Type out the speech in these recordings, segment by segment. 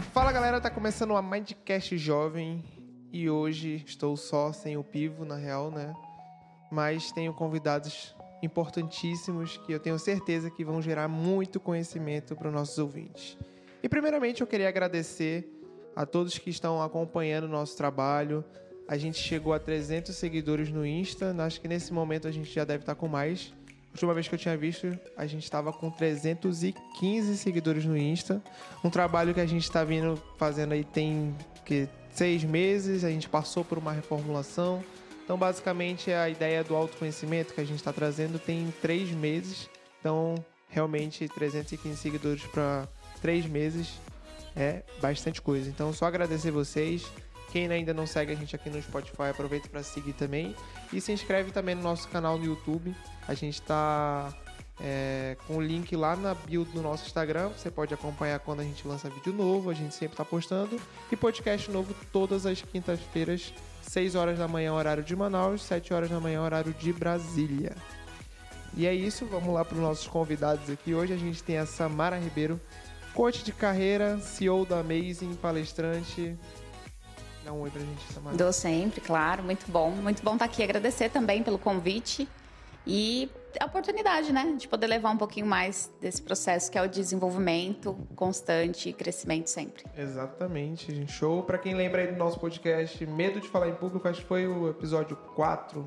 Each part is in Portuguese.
Fala galera, tá começando uma Mindcast Jovem e hoje estou só sem o Pivo, na real, né? Mas tenho convidados importantíssimos que eu tenho certeza que vão gerar muito conhecimento para os nossos ouvintes. E primeiramente eu queria agradecer a todos que estão acompanhando o nosso trabalho. A gente chegou a 300 seguidores no Insta, acho que nesse momento a gente já deve estar com mais. A última vez que eu tinha visto, a gente estava com 315 seguidores no Insta. Um trabalho que a gente está vindo fazendo aí tem 6 meses, a gente passou por uma reformulação. Então, basicamente, a ideia do autoconhecimento que a gente está trazendo tem 3 meses. Então, realmente, 315 seguidores para 3 meses é bastante coisa. Então, só agradecer vocês. Quem ainda não segue a gente aqui no Spotify, aproveita para seguir também. E se inscreve também no nosso canal no YouTube. A gente está com o link lá na bio do nosso Instagram. Você pode acompanhar quando a gente lança vídeo novo. A gente sempre está postando. E podcast novo todas as quintas-feiras, 6 horas da manhã, horário de Manaus, 7 horas da manhã, horário de Brasília. E é isso, vamos lá para os nossos convidados aqui. Hoje a gente tem a Samara Ribeiro, coach de carreira, CEO da Amazing, palestrante. Dá um oi pra gente, Samara. Dou sempre, claro. Muito bom estar aqui. Agradecer também pelo convite e a oportunidade, né, de poder levar um pouquinho mais desse processo que é o desenvolvimento constante e crescimento sempre. Exatamente, gente. Show. Pra quem lembra aí do nosso podcast Medo de Falar em Público, acho que foi o episódio 4.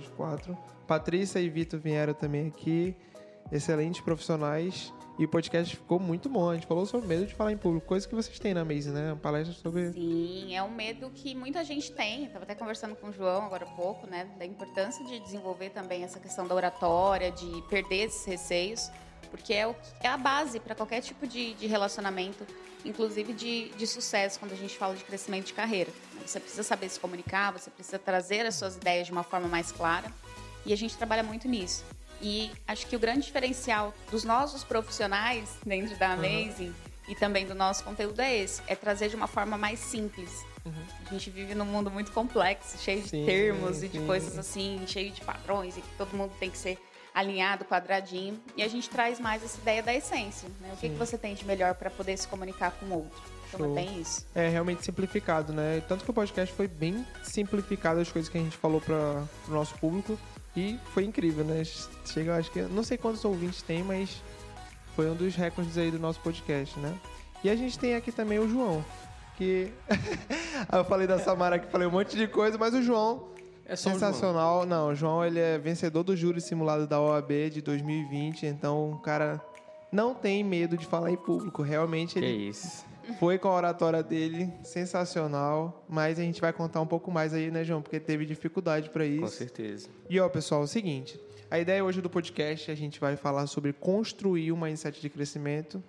Patrícia e Vitor vieram também aqui. Excelentes profissionais. E o podcast ficou muito bom. A gente falou sobre medo de falar em público. Coisa que vocês têm na Amazing, né? Uma palestra sobre... Sim, é um medo que muita gente tem. Estava até conversando com o João agora há pouco, né? Da importância de desenvolver também essa questão da oratória, de perder esses receios. Porque é a base para qualquer tipo de relacionamento, inclusive de sucesso, quando a gente fala de crescimento de carreira. Você precisa saber se comunicar, você precisa trazer as suas ideias de uma forma mais clara. E a gente trabalha muito nisso. E acho que o grande diferencial dos nossos profissionais dentro da Amazing e também do nosso conteúdo é esse, é trazer de uma forma mais simples. A gente vive num mundo muito complexo, cheio de termos e de coisas assim, cheio de padrões e que todo mundo tem que ser alinhado, quadradinho. E a gente traz mais essa ideia da essência, né? O que você tem de melhor para poder se comunicar com o outro? Então é bem isso. É realmente simplificado, né? Tanto que o podcast foi bem simplificado, as coisas que a gente falou para o nosso público. E foi incrível, né? Chega, acho que... Não sei quantos ouvintes tem, mas foi um dos recordes aí do nosso podcast, né? E a gente tem aqui também o João, que... Eu falei da Samara que falei um monte de coisa, mas o João é sensacional. Não, o João, ele é vencedor do júri simulado da OAB de 2020, então o cara não tem medo de falar em público. Realmente ele... Que isso. Foi com a oratória dele, sensacional, mas a gente vai contar um pouco mais aí, né, João? Porque teve dificuldade para isso. Com certeza. E, ó, pessoal, é o seguinte, a ideia hoje do podcast, a gente vai falar sobre construir um mindset de crescimento.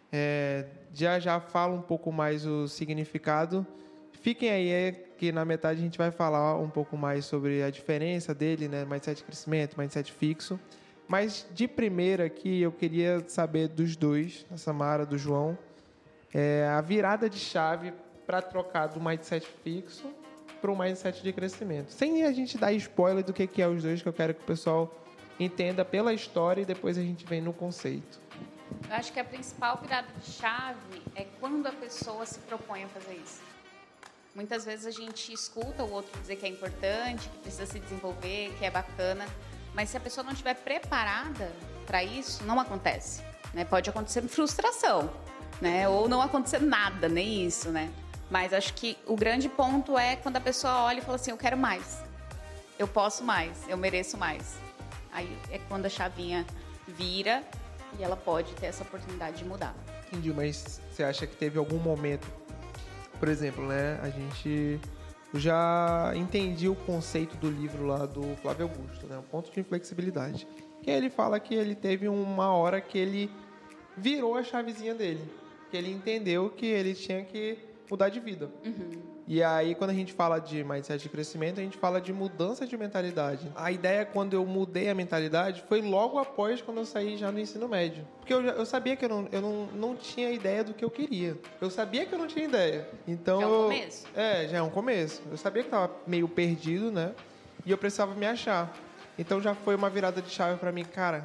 Já fala um pouco mais o significado. Fiquem aí, que na metade a gente vai falar um pouco mais sobre a diferença dele, né? Mindset de crescimento, mindset fixo. Mas, de primeira aqui, eu queria saber dos dois, da Samara, do João, a virada de chave para trocar do mindset fixo para um mindset de crescimento. Sem a gente dar spoiler do que é os dois, que eu quero que o pessoal entenda pela história e depois a gente vem no conceito. Eu acho que a principal virada de chave é quando a pessoa se propõe a fazer isso. Muitas vezes a gente escuta o outro dizer que é importante, que precisa se desenvolver, que é bacana, mas se a pessoa não estiver preparada para isso, não acontece, né? Pode acontecer frustração, né? Ou não acontecer nada, nem isso, né? Mas acho que o grande ponto é quando a pessoa olha e fala assim, eu quero mais, eu posso mais, eu mereço mais. Aí é quando a chavinha vira e ela pode ter essa oportunidade de mudar. Entendi, mas você acha que teve algum momento, por exemplo, né? Eu já entendi o conceito do livro lá do Flávio Augusto, né? O ponto de inflexibilidade. Que ele fala que ele teve uma hora que ele virou a chavezinha dele. Que ele entendeu que ele tinha que mudar de vida. E aí, quando a gente fala de mindset de crescimento, a gente fala de mudança de mentalidade. A ideia, quando eu mudei a mentalidade, foi logo após quando eu saí já no ensino médio. Porque eu sabia que eu não tinha ideia do que eu queria. Eu sabia que eu não tinha ideia. Então, já é um começo. Já é um começo. Eu sabia que estava meio perdido, né? E eu precisava me achar. Então, já foi uma virada de chave para mim. Cara,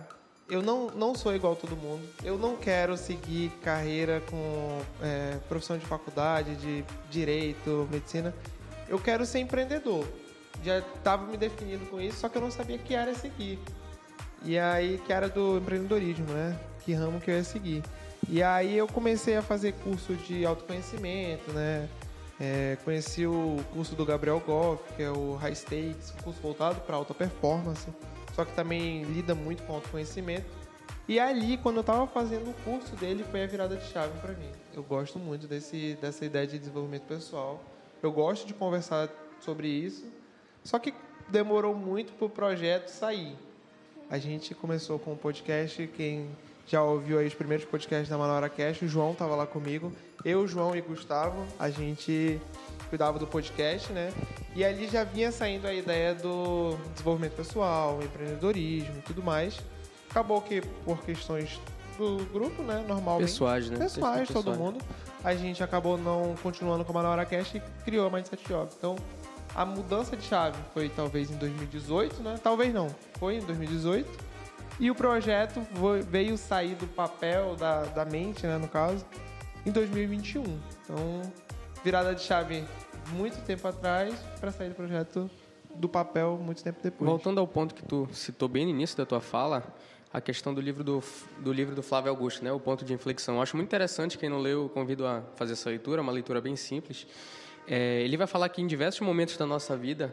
eu não sou igual a todo mundo. Eu não quero seguir carreira com profissão de faculdade, de direito, medicina. Eu quero ser empreendedor. Já estava me definindo com isso, só que eu não sabia que área seguir. E aí, que área do empreendedorismo, né? Que ramo que eu ia seguir. E aí eu comecei a fazer curso de autoconhecimento, né? Conheci o curso do Gabriel Goff, que é o High Stakes, um curso voltado para alta performance, só que também lida muito com autoconhecimento. E ali, quando eu estava fazendo o curso dele, foi a virada de chave para mim. Eu gosto muito dessa ideia de desenvolvimento pessoal. Eu gosto de conversar sobre isso, só que demorou muito para o projeto sair. A gente começou com o podcast, quem já ouviu aí os primeiros podcasts da Manaus Cast, o João estava lá comigo. Eu, João e Gustavo, a gente cuidava do podcast, né? E ali já vinha saindo a ideia do desenvolvimento pessoal, empreendedorismo e tudo mais. Acabou que, por questões do grupo, né? Normalmente. Pessoais, né? Pessoais, todo mundo. A gente acabou não continuando com a Manaus Cast e criou a Mindset Job. Então, a mudança de chave foi talvez em 2018, né? Talvez não. Foi em 2018. E o projeto veio sair do papel, da mente, né, no caso, em 2021. Então, virada de chave muito tempo atrás para sair do projeto do papel muito tempo depois. Voltando ao ponto que tu citou bem no início da tua fala, a questão do livro do Flávio Augusto, né, o ponto de inflexão. Eu acho muito interessante, quem não leu, eu convido a fazer essa leitura, uma leitura bem simples. Ele vai falar que em diversos momentos da nossa vida,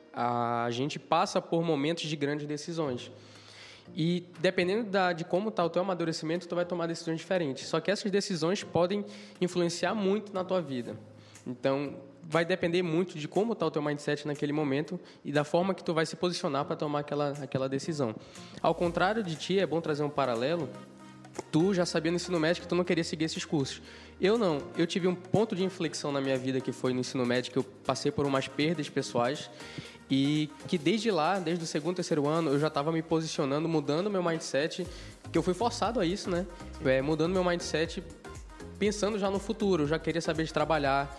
a gente passa por momentos de grandes decisões. E dependendo de como está o teu amadurecimento, tu vai tomar decisões diferentes. Só que essas decisões podem influenciar muito na tua vida. Então, vai depender muito de como está o teu mindset naquele momento e da forma que tu vai se posicionar para tomar aquela decisão. Ao contrário de ti, é bom trazer um paralelo. Tu já sabia no ensino médio que tu não queria seguir esses cursos. Eu não. Eu tive um ponto de inflexão na minha vida que foi no ensino médio, que eu passei por umas perdas pessoais. E que desde lá, desde o segundo, terceiro ano, eu já estava me posicionando, mudando meu mindset, que eu fui forçado a isso, né? Mudando meu mindset, pensando já no futuro. Eu já queria saber de trabalhar,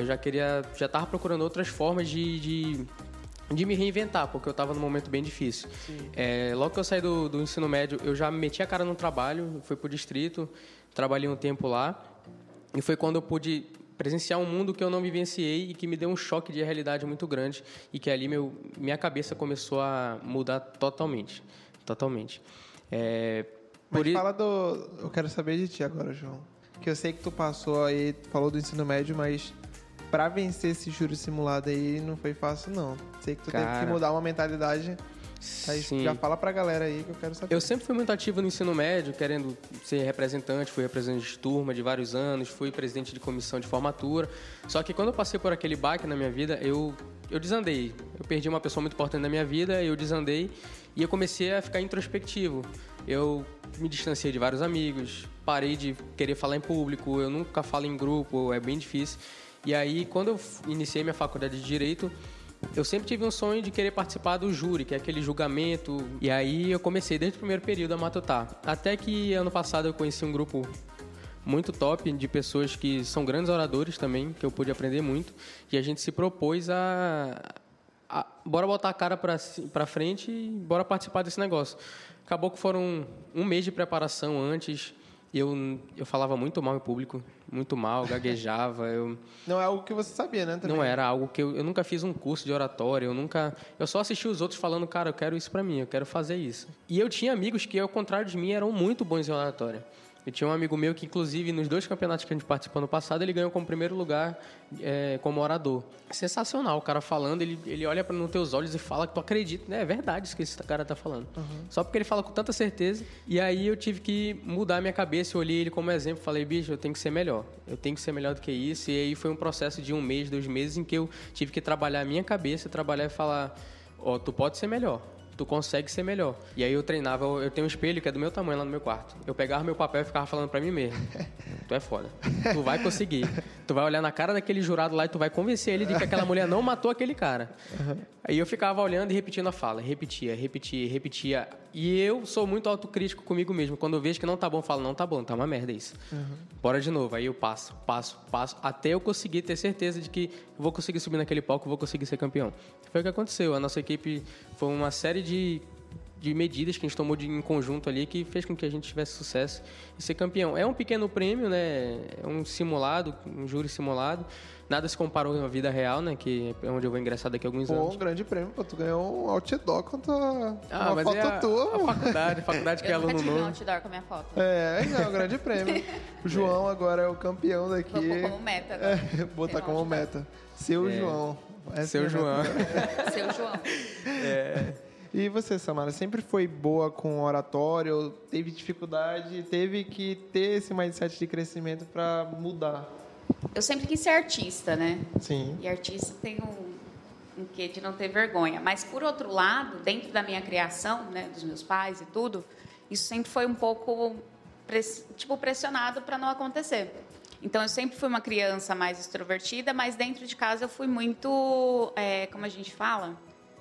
já estava procurando outras formas de me reinventar, porque eu estava num momento bem difícil. Logo que eu saí do ensino médio, eu já meti a cara no trabalho, fui para o distrito, trabalhei um tempo lá, e foi quando eu pude presenciar um mundo que eu não vivenciei e que me deu um choque de realidade muito grande e que ali minha cabeça começou a mudar totalmente. Mas eu quero saber de ti agora, João. Que eu sei que tu passou aí, falou do ensino médio, mas para vencer esse júri simulado aí não foi fácil, não. Sei que tu teve que mudar uma mentalidade. Aí já fala pra galera aí que eu quero saber. Eu sempre fui muito ativo no ensino médio, querendo ser representante, fui representante de turma de vários anos, fui presidente de comissão de formatura. Só que quando eu passei por aquele baque na minha vida, eu desandei. Eu perdi uma pessoa muito importante na minha vida, eu desandei e eu comecei a ficar introspectivo. Eu me distanciei de vários amigos, parei de querer falar em público, eu nunca falo em grupo, é bem difícil. E aí, quando eu iniciei minha faculdade de Direito, eu sempre tive um sonho de querer participar do júri, que é aquele julgamento. E aí eu comecei desde o primeiro período a matutar. Até que ano passado eu conheci um grupo muito top de pessoas que são grandes oradores também, que eu pude aprender muito. E a gente se propôs bora botar a cara pra frente e bora participar desse negócio. Acabou que foram um mês de preparação antes. Eu falava muito mal em público, muito mal, gaguejava. Não é algo que você sabia, né? Também. Não era algo que eu nunca fiz um curso de oratória, eu só assisti os outros falando, cara, eu quero isso pra mim, eu quero fazer isso. E eu tinha amigos que, ao contrário de mim, eram muito bons em oratória. Eu tinha um amigo meu que, inclusive, nos 2 campeonatos que a gente participou no passado, ele ganhou como primeiro lugar como orador. Sensacional, o cara falando, ele olha nos teus olhos e fala que tu acredita, né? É verdade isso que esse cara tá falando. Uhum. Só porque ele fala com tanta certeza. E aí eu tive que mudar a minha cabeça, eu olhei ele como exemplo, falei, bicho, eu tenho que ser melhor. Eu tenho que ser melhor do que isso. E aí foi um processo de 1 mês, 2 meses, em que eu tive que trabalhar a minha cabeça, trabalhar e falar, tu pode ser melhor. Tu consegue ser melhor. E aí eu treinava, eu tenho um espelho que é do meu tamanho lá no meu quarto. Eu pegava meu papel e ficava falando pra mim mesmo. Tu é foda. Tu vai conseguir. Tu vai olhar na cara daquele jurado lá e tu vai convencer ele de que aquela mulher não matou aquele cara. Uhum. Aí eu ficava olhando e repetindo a fala. Repetia. E eu sou muito autocrítico comigo mesmo. Quando eu vejo que não tá bom, eu falo, não tá bom, tá uma merda isso. Uhum. Bora de novo. Aí eu passo, até eu conseguir ter certeza de que eu vou conseguir subir naquele palco, vou conseguir ser campeão. Foi o que aconteceu. A nossa equipe foi uma série de de medidas que a gente tomou em conjunto ali que fez com que a gente tivesse sucesso e ser campeão. É um pequeno prêmio, né? É um simulado, um júri simulado. Nada se comparou à vida real, né? Que é onde eu vou ingressar daqui a alguns anos. Um grande prêmio, pô. Tu ganhou um outdoor com uma mas foto é tua. A faculdade que é aluno novo. Eu nunca tive um outdoor com a minha foto. É um grande prêmio. O João agora é o campeão daqui. Vou pôr como meta agora. Botar como meta. Seu João. Seu João. Seu João. E você, Samara, sempre foi boa com oratório? Teve dificuldade? Teve que ter esse mindset de crescimento para mudar? Eu sempre quis ser artista, né? Sim. E artista tem um quê de não ter vergonha. Mas, por outro lado, dentro da minha criação, né, dos meus pais e tudo, isso sempre foi um pouco pressionado para não acontecer. Então, eu sempre fui uma criança mais extrovertida, mas dentro de casa eu fui muito, como a gente fala,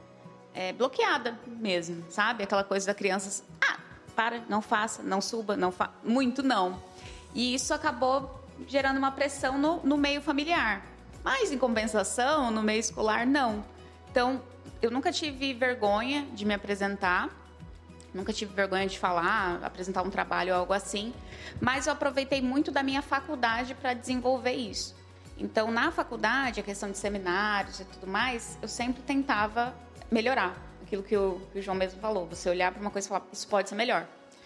bloqueada mesmo, sabe? Aquela coisa da criança, para, não faça, não suba, muito não. E isso acabou gerando uma pressão no meio familiar. Mas, em compensação, no meio escolar, não. Então, eu nunca tive vergonha de me apresentar, nunca tive vergonha de falar, apresentar um trabalho ou algo assim, mas eu aproveitei muito da minha faculdade para desenvolver isso. Então, na faculdade, a questão de seminários e tudo mais, eu sempre tentava melhorar. Aquilo que o João mesmo falou, você olhar para uma coisa e falar, isso pode ser melhor.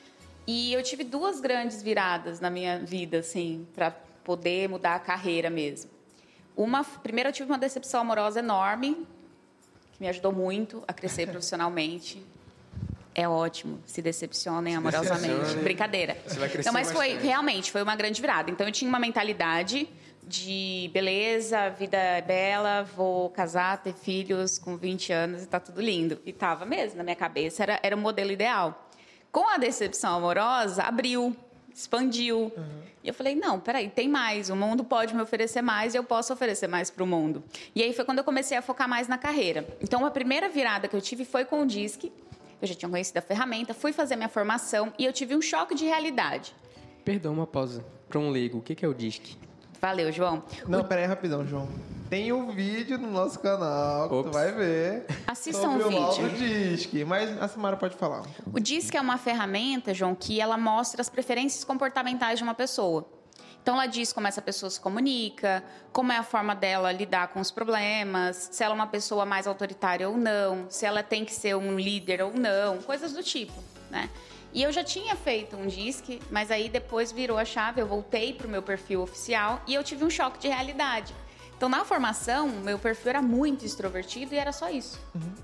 E eu tive 2 grandes viradas na minha vida, assim, para poder mudar a carreira mesmo. Primeiro, eu tive uma decepção amorosa enorme, que me ajudou muito a crescer profissionalmente. É ótimo, se decepcionem amorosamente. Brincadeira. Você vai crescer. Não, mas realmente foi uma grande virada. Então, eu tinha uma mentalidade de beleza, vida é bela, vou casar, ter filhos com 20 anos e tá tudo lindo. E tava mesmo, na minha cabeça, era o modelo ideal. Com a decepção amorosa, abriu, expandiu. E eu falei, não, peraí, tem mais. O mundo pode me oferecer mais e eu posso oferecer mais para o mundo. E aí foi quando eu comecei a focar mais na carreira. Então, a primeira virada que eu tive foi com o DISC. Eu já tinha conhecido a ferramenta, fui fazer minha formação e eu tive um choque de realidade. Perdão, uma pausa. Para um leigo, o que é o DISC? Valeu, João. Não, peraí, rapidão, João. Tem um vídeo no nosso canal que tu vai ver. Assistam sobre o vídeo. O DISC, mas a Samara pode falar. O DISC é uma ferramenta, João, que ela mostra as preferências comportamentais de uma pessoa. Então, ela diz como essa pessoa se comunica, como é a forma dela lidar com os problemas, se ela é uma pessoa mais autoritária ou não, se ela tem que ser um líder ou não, coisas do tipo, né? E eu já tinha feito um DISC, mas aí depois virou a chave, eu voltei para o meu perfil oficial e eu tive um choque de realidade. Então, na formação, meu perfil era muito extrovertido e era só isso.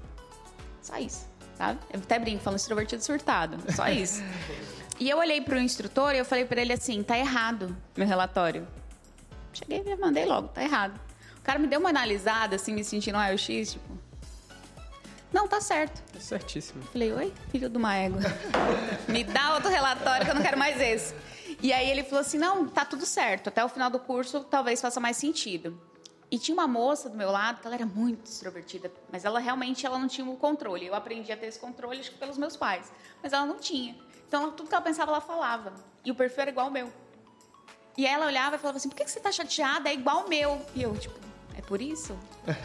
Só isso, sabe? Eu até brinco, falando extrovertido surtado, só isso. E eu olhei para o instrutor e eu falei para ele assim, tá errado meu relatório. Cheguei e mandei logo, tá errado. O cara me deu uma analisada, assim, me sentindo um raio-x, tipo... Não, tá certo. É certíssimo. Falei, oi, filho de uma égua. Me dá outro relatório que eu não quero mais esse. E aí ele falou assim, não, tá tudo certo. Até o final do curso talvez faça mais sentido. E tinha uma moça do meu lado que ela era muito extrovertida, mas ela realmente não tinha o controle. Eu aprendi a ter esse controle, acho que pelos meus pais. Mas ela não tinha. Então, tudo que ela pensava, ela falava. E o perfil era igual ao meu. E aí ela olhava e falava assim, por que você tá chateada? É igual ao meu. E eu, tipo, é por isso?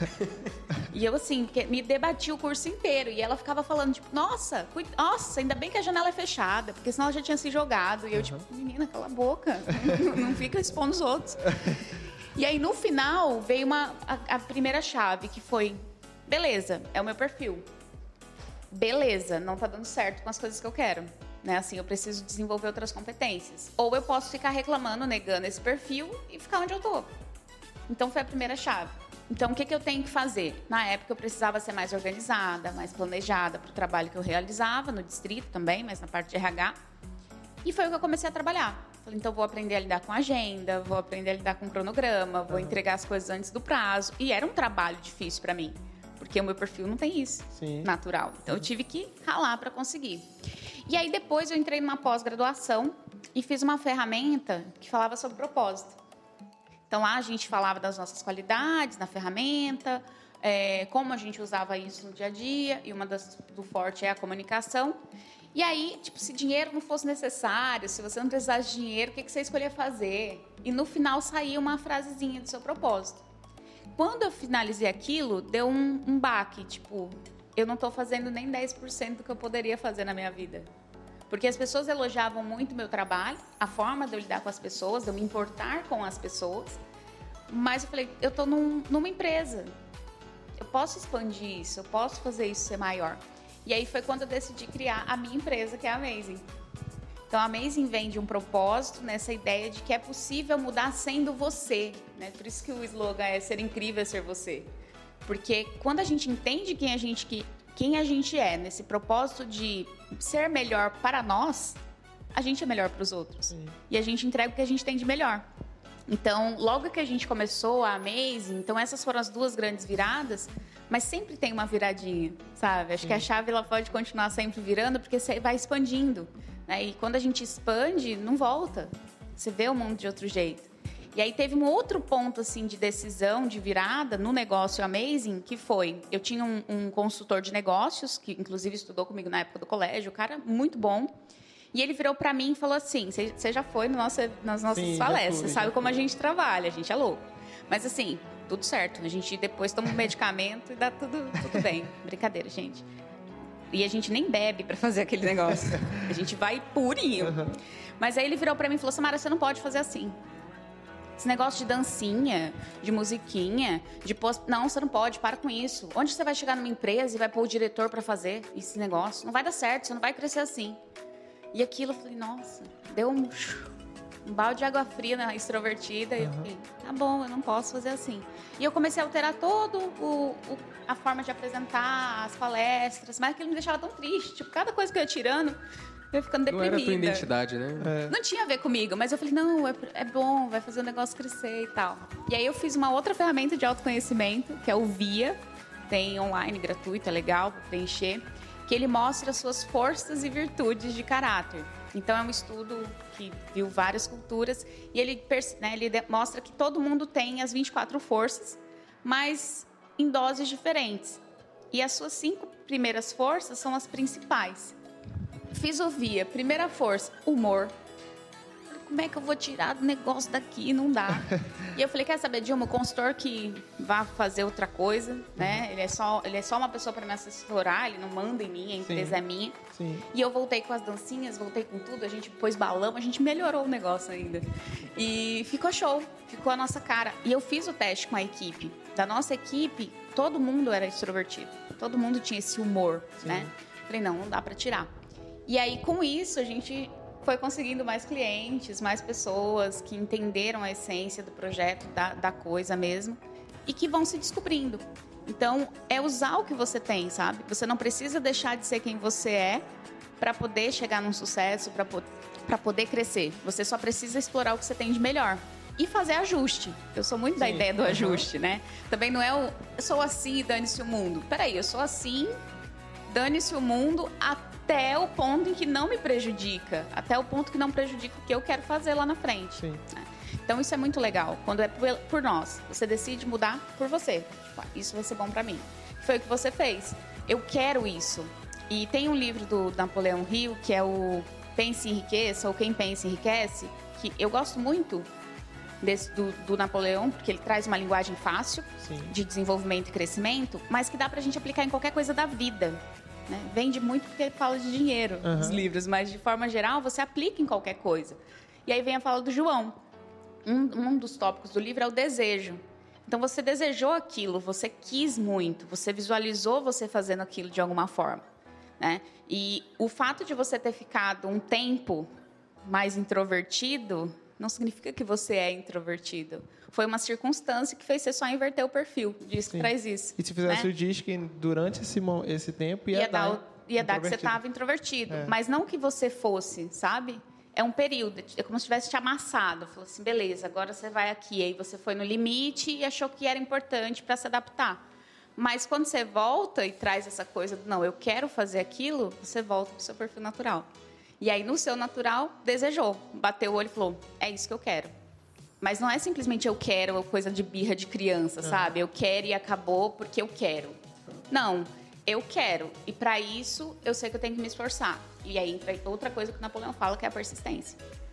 E eu, assim, me debati o curso inteiro. E ela ficava falando, tipo, nossa, ainda bem que a janela é fechada, porque senão ela já tinha se jogado. E eu, tipo, menina, cala a boca. Não fica expondo os outros. E aí, no final, veio a primeira chave, que foi, beleza, é o meu perfil. Beleza, não tá dando certo com as coisas que eu quero. Né? Assim, eu preciso desenvolver outras competências. Ou eu posso ficar reclamando, negando esse perfil e ficar onde eu tô. Então, foi a primeira chave. Então, o que eu tenho que fazer? Na época, eu precisava ser mais organizada, mais planejada para o trabalho que eu realizava, no distrito também, mas na parte de RH. E foi o que eu comecei a trabalhar. Falei, então, vou aprender a lidar com agenda, vou aprender a lidar com cronograma, vou entregar as coisas antes do prazo. E era um trabalho difícil para mim, porque o meu perfil não tem isso, natural. Então, eu tive que ralar para conseguir. E aí, depois, eu entrei numa pós-graduação e fiz uma ferramenta que falava sobre propósito. Então, lá a gente falava das nossas qualidades na ferramenta, como a gente usava isso no dia a dia, e do forte é a comunicação. E aí, tipo, se dinheiro não fosse necessário, se você não precisasse de dinheiro, o que você escolhia fazer? E no final saía uma frasezinha do seu propósito. Quando eu finalizei aquilo, deu um baque, tipo, eu não estou fazendo nem 10% do que eu poderia fazer na minha vida. Porque as pessoas elogiavam muito o meu trabalho, a forma de eu lidar com as pessoas, de eu me importar com as pessoas. Mas eu falei, eu estou numa empresa. Eu posso expandir isso, eu posso fazer isso ser maior. E aí foi quando eu decidi criar a minha empresa, que é a Amazing. Então, a Amazing vem de um propósito, nessa ideia de que é possível mudar sendo você. Né? Por isso que o slogan é ser incrível, ser você. Porque quando a gente entende quem a gente é, nesse propósito de ser melhor para nós, a gente é melhor para os outros. Sim. E a gente entrega o que a gente tem de melhor. Então, logo que a gente começou a Amazing, então essas foram as 2 grandes viradas, mas sempre tem uma viradinha, sabe? Acho que a chave ela pode continuar sempre virando, porque você vai expandindo. Né? E quando a gente expande, não volta. Você vê o mundo de outro jeito. E aí teve um outro ponto assim, de decisão, de virada no negócio Amazing, que foi... Eu tinha um consultor de negócios, que inclusive estudou comigo na época do colégio, um cara muito bom. E ele virou para mim e falou assim, você já foi nas nossas palestras, sabe como a gente trabalha, a gente é louco. Mas assim, tudo certo, a gente depois toma um medicamento e dá tudo bem. Brincadeira, gente. E a gente nem bebe para fazer aquele negócio. A gente vai purinho. Uhum. Mas aí ele virou para mim e falou, Samara, você não pode fazer assim. Esse negócio de dancinha, de musiquinha, de post... Não, você não pode, para com isso. Onde você vai chegar numa empresa e vai pôr o diretor para fazer esse negócio? Não vai dar certo, você não vai crescer assim. E aquilo, eu falei, nossa, deu um balde de água fria na extrovertida. E eu falei, tá bom, eu não posso fazer assim. E eu comecei a alterar toda a forma de apresentar, as palestras, mas aquilo me deixava tão triste. Tipo, cada coisa que eu ia tirando, eu ia ficando deprimida. Não era a tua identidade, né? Não tinha a ver comigo, mas eu falei, não, é bom, vai fazer o negócio crescer e tal. E aí eu fiz uma outra ferramenta de autoconhecimento, que é o VIA. Tem online, gratuito, é legal para preencher. Que ele mostra as suas forças e virtudes de caráter. Então, é um estudo que viu várias culturas e ele mostra que todo mundo tem as 24 forças, mas em doses diferentes. E as suas 5 primeiras forças são as principais. Filosofia, primeira força, humor. Como é que eu vou tirar do negócio daqui? Não dá. E eu falei, quer saber, Dilma, o consultor que vá fazer outra coisa, né? Ele é só uma pessoa para me assessorar, ele não manda em mim, a empresa é minha. Sim. E eu voltei com as dancinhas, voltei com tudo, a gente pôs balão, a gente melhorou o negócio ainda. E ficou show, ficou a nossa cara. E eu fiz o teste com a equipe. Da nossa equipe, todo mundo era extrovertido. Todo mundo tinha esse humor, né? Falei, não dá para tirar. E aí, com isso, a gente foi conseguindo mais clientes, mais pessoas que entenderam a essência do projeto, da coisa mesmo, e que vão se descobrindo. Então, é usar o que você tem, sabe? Você não precisa deixar de ser quem você é para poder chegar num sucesso, para poder crescer. Você só precisa explorar o que você tem de melhor. E fazer ajuste. Eu sou muito da ideia do ajuste, né? Também não é eu sou assim e dane-se o mundo. Peraí, eu sou assim, dane-se o mundo até o ponto em que não me prejudica, até o ponto que não prejudica o que eu quero fazer lá na frente. Sim. Então, isso é muito legal. Quando é por nós, você decide mudar por você. Tipo, isso vai ser bom pra mim. Foi o que você fez. Eu quero isso. E tem um livro do Napoleão Hill, que é o Pense e Enriqueça, ou Quem Pensa Enriquece, que eu gosto muito do Napoleão, porque ele traz uma linguagem fácil, sim, de desenvolvimento e crescimento, mas que dá pra gente aplicar em qualquer coisa da vida. Né? Vende muito porque ele fala de dinheiro nos livros, mas de forma geral você aplica em qualquer coisa. E aí vem a fala do João. Um dos tópicos do livro é o desejo. Então você desejou aquilo, você quis muito, você visualizou você fazendo aquilo de alguma forma. Né? E o fato de você ter ficado um tempo mais introvertido não significa que você é introvertido. Foi uma circunstância que fez você só inverter o perfil. Diz que traz isso. E se fizesse, né, o diz que durante esse tempo ia dar que você estava introvertido. Mas não que você fosse, sabe? É um período. É como se tivesse te amassado. Falou assim, beleza, agora você vai aqui. Aí você foi no limite e achou que era importante para se adaptar. Mas quando você volta e traz essa coisa do, não, eu quero fazer aquilo, você volta para o seu perfil natural. E aí, no seu natural, desejou. Bateu o olho e falou, é isso que eu quero. Mas não é simplesmente eu quero, coisa de birra de criança, sabe? Eu quero e acabou porque eu quero. Não, eu quero. E para isso, eu sei que eu tenho que me esforçar. E aí entra outra coisa que o Napoleão fala, que é a persistência.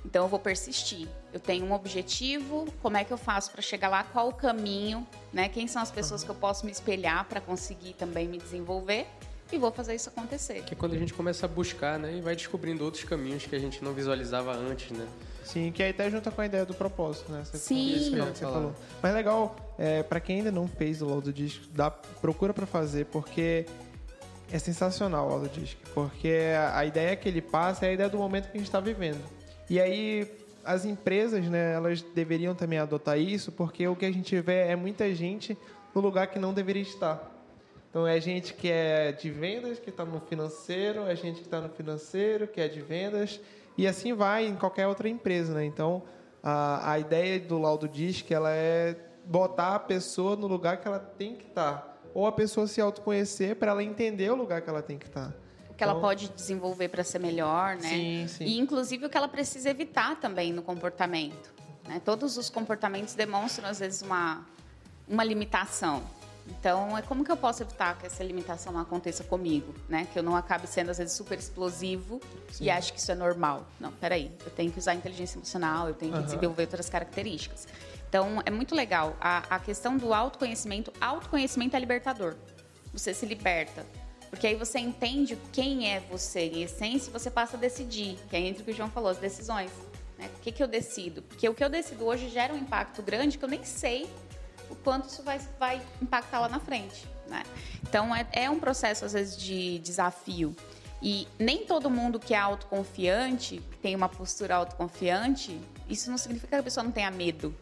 Então, eu vou persistir. Eu tenho um objetivo, como é que eu faço para chegar lá? Qual o caminho? Né? Quem são as pessoas que eu posso me espelhar para conseguir também me desenvolver? E vou fazer isso acontecer. Que é quando a gente começa a buscar, né? E vai descobrindo outros caminhos que a gente não visualizava antes, né? Sim, que aí até junta com a ideia do propósito, né? Sim. Que você falou. Mas legal, para quem ainda não fez o laudo DISC, procura para fazer, porque é sensacional o laudo DISC. Porque a ideia que ele passa é a ideia do momento que a gente está vivendo. E aí, as empresas, né, elas deveriam também adotar isso, porque o que a gente vê é muita gente no lugar que não deveria estar. Então, é gente que é de vendas, que está no financeiro, é gente que está no financeiro, que é de vendas, e assim vai em qualquer outra empresa, né? Então, a ideia do laudo DISC, ela é botar a pessoa no lugar que ela tem que estar. Ou a pessoa se autoconhecer para ela entender o lugar que ela tem que estar. O que ela pode desenvolver para ser melhor, né? Sim, sim. E, inclusive, o que ela precisa evitar também no comportamento. Né? Todos os comportamentos demonstram, às vezes, uma limitação. Então, como que eu posso evitar que essa limitação não aconteça comigo? Né? Que eu não acabe sendo, às vezes, super explosivo e acho que isso é normal. Não, peraí. Eu tenho que usar inteligência emocional, eu tenho que desenvolver outras características. Então, é muito legal. A questão do autoconhecimento é libertador. Você se liberta. Porque aí você entende quem é você. Em essência, você passa a decidir. Que é entre o que o João falou, as decisões. Né? O que eu decido? Porque o que eu decido hoje gera um impacto grande que eu nem sei o quanto isso vai impactar lá na frente. Né? Então, é um processo, às vezes, de desafio. E nem todo mundo que é autoconfiante, que tem uma postura autoconfiante, isso não significa que a pessoa não tenha medo.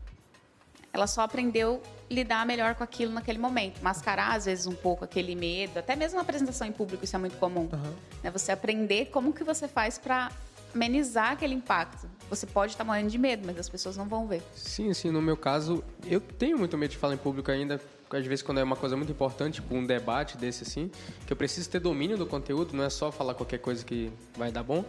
Ela só aprendeu a lidar melhor com aquilo naquele momento. Mascarar, às vezes, um pouco aquele medo. Até mesmo na apresentação em público, isso é muito comum. Né? Você aprender como que você faz para amenizar aquele impacto. Você pode estar morrendo de medo, mas as pessoas não vão ver. Sim, no meu caso, eu tenho muito medo de falar em público ainda, porque às vezes quando é uma coisa muito importante, tipo um debate desse assim, que eu preciso ter domínio do conteúdo, não é só falar qualquer coisa que vai dar bom,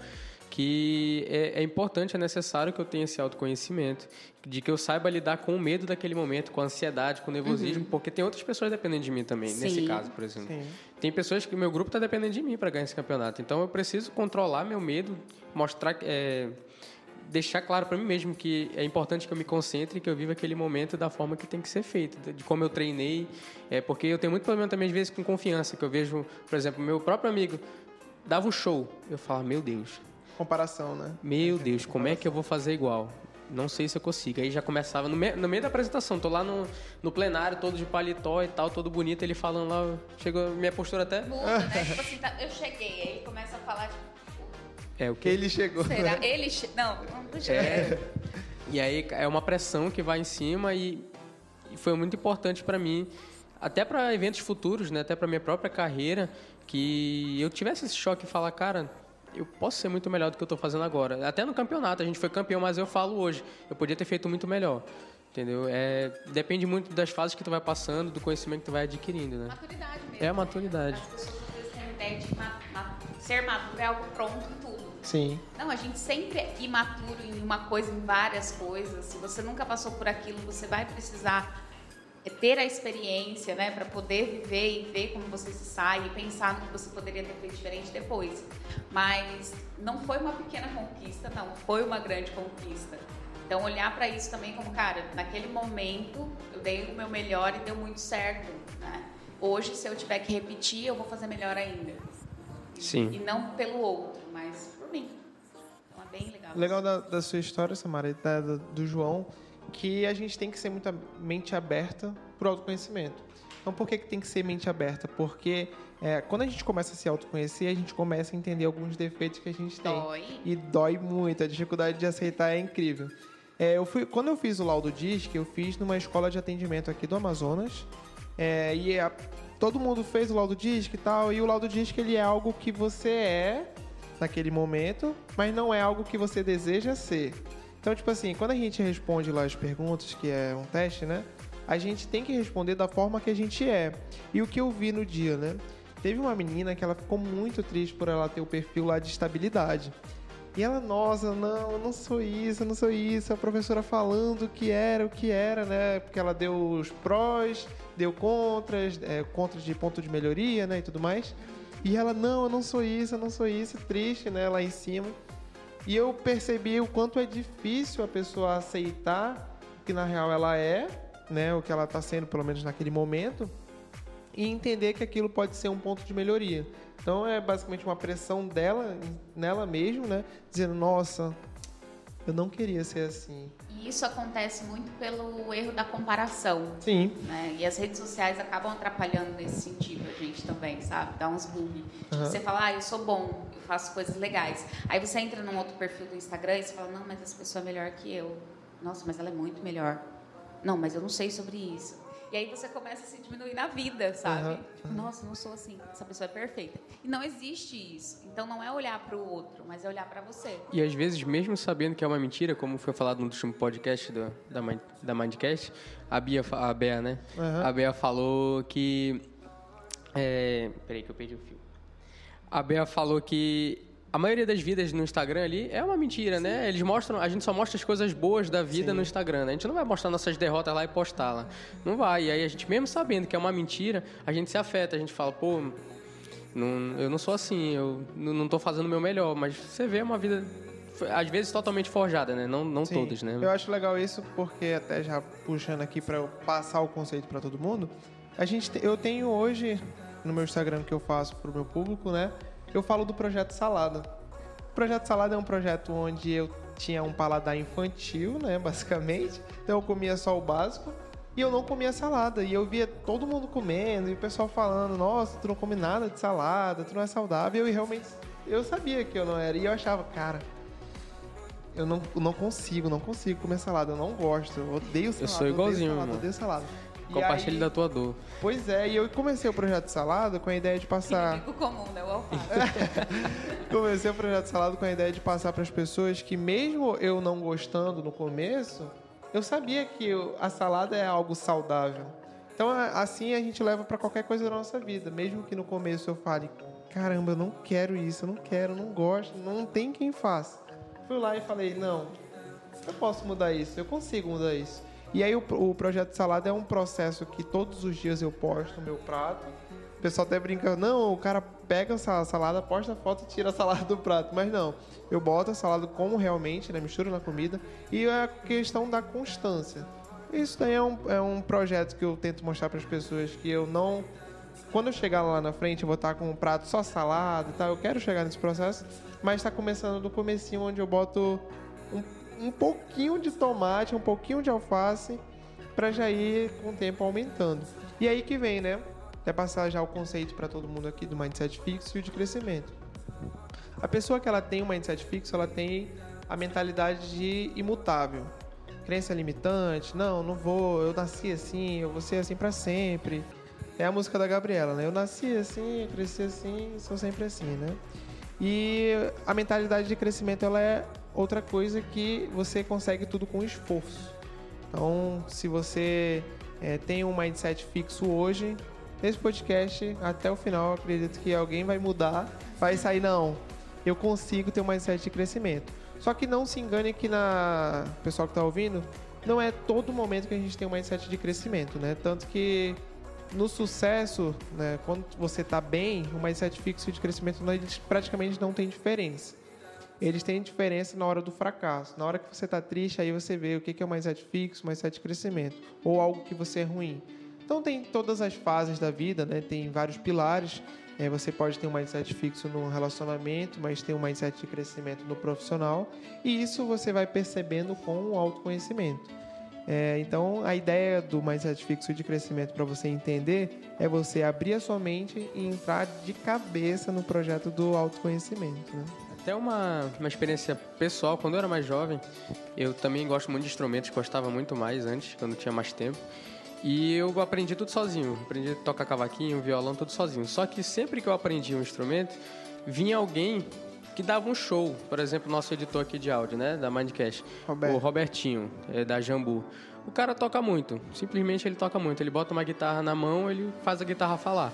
que é importante, é necessário que eu tenha esse autoconhecimento, de que eu saiba lidar com o medo daquele momento, com a ansiedade, com o nervosismo, porque tem outras pessoas dependendo de mim também, nesse caso, por exemplo. Sim. Tem pessoas que o meu grupo está dependendo de mim para ganhar esse campeonato, então eu preciso controlar meu medo, mostrar, deixar claro para mim mesmo que é importante que eu me concentre, que eu viva aquele momento da forma que tem que ser feito, de como eu treinei, porque eu tenho muito problema também, às vezes, com confiança, que eu vejo, por exemplo, meu próprio amigo dava um show, eu falo, meu Deus... Comparação, né? Meu Deus, como é que eu vou fazer igual? Não sei se eu consigo. Aí já começava, no meio da apresentação, tô lá no plenário, todo de paletó e tal, todo bonito, ele falando lá, chegou minha postura até... Muda, né? Tipo assim, eu cheguei, aí ele começa a falar, tipo... O que ele chegou. Será? Ele não chegou. E aí é uma pressão que vai em cima e foi muito importante para mim, até para eventos futuros, né? Até para minha própria carreira, que eu tivesse esse choque e falar, cara... eu posso ser muito melhor do que eu estou fazendo agora. Até no campeonato, a gente foi campeão, mas eu falo hoje, eu podia ter feito muito melhor, entendeu? Depende muito das fases que tu vai passando, do conhecimento que tu vai adquirindo, né? Maturidade mesmo. É a maturidade. As pessoas às vezes têm a ideia de ser maduro é algo pronto em tudo. Sim. Não, a gente sempre é imaturo em uma coisa, em várias coisas. Se você nunca passou por aquilo, você vai precisar ter a experiência, né, para poder viver e ver como você se sai e pensar no que você poderia ter feito diferente depois. Mas não foi uma pequena conquista, não, foi uma grande conquista. Então, olhar para isso também como, cara, naquele momento eu dei o meu melhor e deu muito certo, né? Hoje, se eu tiver que repetir, eu vou fazer melhor ainda. Sim. E não pelo outro, mas por mim. Então, é bem legal. O legal da sua história, Samara, e do João, que a gente tem que ser muito mente aberta para o autoconhecimento. Então, por que tem que ser mente aberta? Porque quando a gente começa a se autoconhecer, a gente começa a entender alguns defeitos que a gente tem. Dói. E dói muito. A dificuldade de aceitar é incrível. Quando eu fiz o laudo DISC, eu fiz numa escola de atendimento aqui do Amazonas. Todo mundo fez o laudo DISC e tal. E o laudo DISC, ele é algo que você é naquele momento, mas não é algo que você deseja ser. Então, tipo assim, quando a gente responde lá as perguntas, que é um teste, né? A gente tem que responder da forma que a gente é. E o que eu vi no dia, né? Teve uma menina que ela ficou muito triste por ela ter o perfil lá de estabilidade. E ela, nossa, não, eu não sou isso, eu não sou isso. A professora falando o que era, né? Porque ela deu os prós, deu contras, contras de ponto de melhoria, né? E tudo mais. E ela, não, eu não sou isso, triste, né? Lá em cima. E eu percebi o quanto é difícil a pessoa aceitar o que na real ela é, né? O que ela está sendo, pelo menos naquele momento, e entender que aquilo pode ser um ponto de melhoria. Então é basicamente uma pressão nela mesmo, né? Dizendo, nossa, eu não queria ser assim. E isso acontece muito pelo erro da comparação. Sim. Né? E as redes sociais acabam atrapalhando nesse sentido a gente também, sabe? Dá uns bug. Tipo, você fala, eu sou bom, eu faço coisas legais. Aí você entra num outro perfil do Instagram e você fala, não, mas essa pessoa é melhor que eu. Nossa, mas ela é muito melhor. Não, mas eu não sei sobre isso. E aí você começa a se diminuir na vida, sabe? Tipo, nossa, eu não sou assim, essa pessoa é perfeita. E não existe isso. Então não é olhar para o outro, mas é olhar para você. E às vezes, mesmo sabendo que é uma mentira, como foi falado no último podcast da Mindcast, a Bea, né? A Bea falou que... Peraí que eu perdi o fio. A Bea falou que a maioria das vidas no Instagram ali é uma mentira, né? Eles mostram, a gente só mostra as coisas boas da vida no Instagram, né? A gente não vai mostrar nossas derrotas lá e postá-la. Não vai. E aí a gente, mesmo sabendo que é uma mentira, a gente se afeta. A gente fala, pô, eu não sou assim, eu não tô fazendo o meu melhor. Mas você vê uma vida, às vezes, totalmente forjada, né? Não todas, né? Eu acho legal isso porque, até já puxando aqui para eu passar o conceito para todo mundo, eu tenho hoje, no meu Instagram que eu faço pro meu público, né? Eu falo do Projeto Salada. O Projeto Salada é um projeto onde eu tinha um paladar infantil, né, basicamente. Então eu comia só o básico e eu não comia salada. E eu via todo mundo comendo e o pessoal falando, nossa, tu não come nada de salada, tu não é saudável. E realmente eu sabia que eu não era. E eu achava, cara, eu não consigo comer salada, eu não gosto, eu odeio salada. Eu sou igualzinho, eu odeio salada. Compartilhe da tua dor. Pois é, e eu comecei o Projeto Salada com a ideia de passar... Inimigo comum, né? O alface. Comecei o Projeto Salada com a ideia de passar para as pessoas que, mesmo eu não gostando no começo, eu sabia que a salada é algo saudável. Então, assim a gente leva para qualquer coisa da nossa vida. Mesmo que no começo eu fale, caramba, eu não quero isso, eu não quero, eu não gosto, não tem quem faça. Fui lá e falei, não, eu posso mudar isso, eu consigo mudar isso. E aí o Projeto Salada é um processo que todos os dias eu posto no meu prato. O pessoal até brinca, não, o cara pega a salada, posta a foto e tira a salada do prato. Mas não, eu boto a salada como realmente, né, misturo na comida. E é a questão da constância. Isso daí é um projeto que eu tento mostrar para as pessoas que eu não... Quando eu chegar lá na frente, eu vou estar com um prato só salada e tal. Eu quero chegar nesse processo, mas está começando do comecinho, onde eu boto um pouquinho de tomate, um pouquinho de alface, para já ir com o tempo aumentando. E aí que vem, né? Até passar já o conceito para todo mundo aqui do mindset fixo e o de crescimento. A pessoa que ela tem um mindset fixo, ela tem a mentalidade de imutável. Crença limitante, não vou, eu nasci assim, eu vou ser assim para sempre. É a música da Gabriela, né? Eu nasci assim, eu cresci assim, sou sempre assim, né? E a mentalidade de crescimento, ela é outra coisa que você consegue tudo com esforço. Então, se você tem um mindset fixo hoje, nesse podcast, até o final, eu acredito que alguém vai mudar, vai sair, não, eu consigo ter um mindset de crescimento. Só que não se engane que pessoal que está ouvindo, não é todo momento que a gente tem um mindset de crescimento, né? Tanto que no sucesso, né, quando você está bem, o mindset fixo de crescimento eles praticamente não tem diferença. Eles têm diferença na hora do fracasso. Na hora que você está triste, aí você vê o que é o mindset fixo, o mindset de crescimento, ou algo que você é ruim. Então tem todas as fases da vida, né? Tem vários pilares. Você pode ter um mindset fixo no relacionamento, mas tem um mindset de crescimento no profissional. E isso você vai percebendo com o autoconhecimento. Então, a ideia do mindset fixo de crescimento, para você entender, é você abrir a sua mente e entrar de cabeça no projeto do autoconhecimento, né? Até uma experiência pessoal, quando eu era mais jovem, eu também gosto muito de instrumentos, gostava muito mais antes, quando tinha mais tempo. E eu aprendi tudo sozinho, aprendi a tocar cavaquinho, violão, tudo sozinho. Só que sempre que eu aprendi um instrumento, vinha alguém que dava um show. Por exemplo, nosso editor aqui de áudio, né, da Mindcast, o Robertinho, da Jambu. O cara toca muito, simplesmente ele toca muito. Ele bota uma guitarra na mão, ele faz a guitarra falar.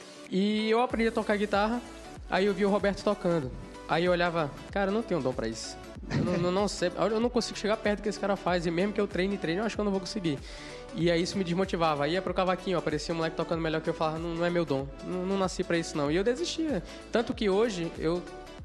E eu aprendi a tocar guitarra, aí eu vi o Roberto tocando. Aí eu olhava, cara, eu não tenho dom pra isso. Eu não sei, eu não consigo chegar perto do que esse cara faz. E mesmo que eu treine, eu acho que eu não vou conseguir. E aí isso me desmotivava. Aí ia pro cavaquinho, aparecia um moleque tocando melhor que eu, falava, não é meu dom. Não nasci pra isso, não. E eu desistia. Tanto que hoje, eu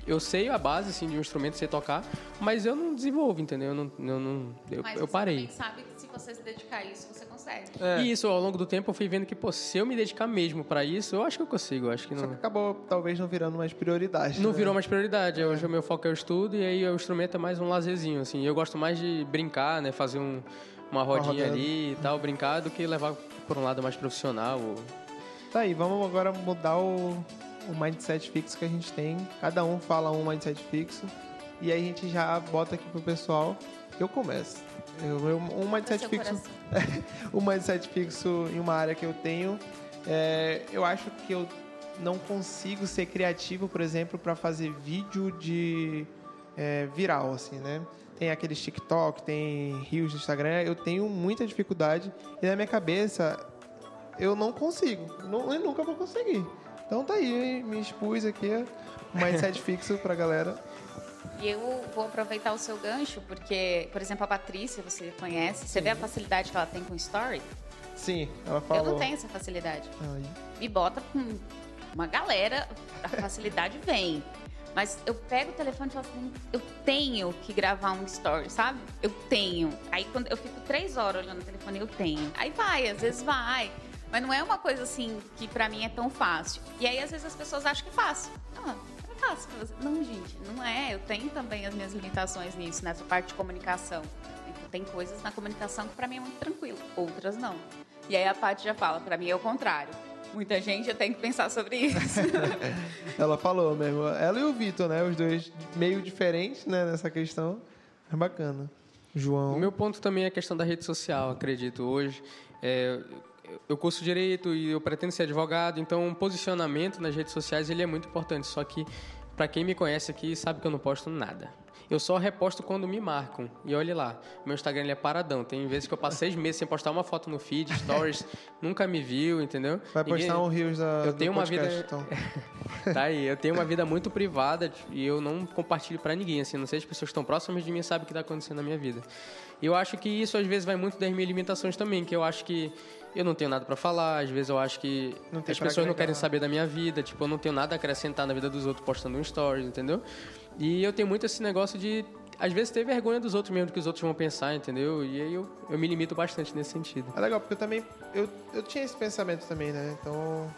eu sei a base, assim, de um instrumento, sei tocar, mas eu não desenvolvo, entendeu? Eu parei. Mas você também sabe que se você se dedicar a isso, você consegue. E isso, ao longo do tempo, eu fui vendo que, pô, se eu me dedicar mesmo pra isso, eu acho que eu consigo. Eu acho que não... Só que acabou, talvez, não virando mais prioridade. Não virou mais prioridade. Hoje o meu foco é o estudo e aí o instrumento é mais um lazerzinho, assim. Eu gosto mais de brincar, né? Fazer uma rodinha ali e tal, brincar, do que levar por um lado mais profissional. Tá aí, vamos agora mudar o mindset fixo que a gente tem. Cada um fala um mindset fixo. E aí a gente já bota aqui pro pessoal. Eu começo. Um mindset fixo. Um mindset fixo em uma área que eu tenho. Eu acho que eu não consigo ser criativo, por exemplo, para fazer vídeo de viral, assim, né? Tem aqueles TikTok, tem Reels do Instagram. Eu tenho muita dificuldade. E na minha cabeça, eu não consigo. Eu nunca vou conseguir. Então tá aí, me expus aqui. Um mindset fixo pra galera. E eu vou aproveitar o seu gancho, porque, por exemplo, a Patrícia, você conhece. Você vê a facilidade que ela tem com story? Sim, ela falou. Eu não tenho essa facilidade. Ai. Me bota com uma galera, a facilidade vem. Mas eu pego o telefone e falo assim, eu tenho que gravar um story, sabe? Eu tenho. Aí quando eu fico 3 horas olhando o telefone, eu tenho. Aí vai, às vezes vai. Mas não é uma coisa assim que pra mim é tão fácil. E aí às vezes as pessoas acham que é fácil. É fácil. Não, gente, não é. Eu tenho também as minhas limitações nisso, nessa parte de comunicação. Então, tem coisas na comunicação que pra mim é muito tranquilo, outras não. E aí a Paty já fala, pra mim é o contrário. Muita gente já tem que pensar sobre isso. Ela falou mesmo. Ela e o Vitor, né? Os dois meio diferentes, né? Nessa questão. É bacana. João. O meu ponto também é a questão da rede social, acredito. Hoje, eu curso Direito e eu pretendo ser advogado, então o posicionamento nas redes sociais ele é muito importante. Só que, para quem me conhece aqui, sabe que eu não posto nada. Eu só reposto quando me marcam. E olhe lá, meu Instagram ele é paradão. Tem vezes que eu passo 6 meses sem postar uma foto no feed, stories, nunca me viu, entendeu? Vai postar um Reels eu tenho do podcast, uma vida... então. Tá aí, eu tenho uma vida muito privada e eu não compartilho pra ninguém, assim, não sei se as pessoas que estão próximas de mim sabem o que tá acontecendo na minha vida. E eu acho que isso às vezes vai muito das minhas limitações também, que eu acho que eu não tenho nada pra falar, às vezes eu acho que as pessoas não querem saber da minha vida, tipo, eu não tenho nada a acrescentar na vida dos outros postando um stories, entendeu? E eu tenho muito esse negócio de, às vezes, ter vergonha dos outros mesmo, do que os outros vão pensar, entendeu? E aí eu me limito bastante nesse sentido. É legal, porque eu também... Eu tinha esse pensamento também, né? Então,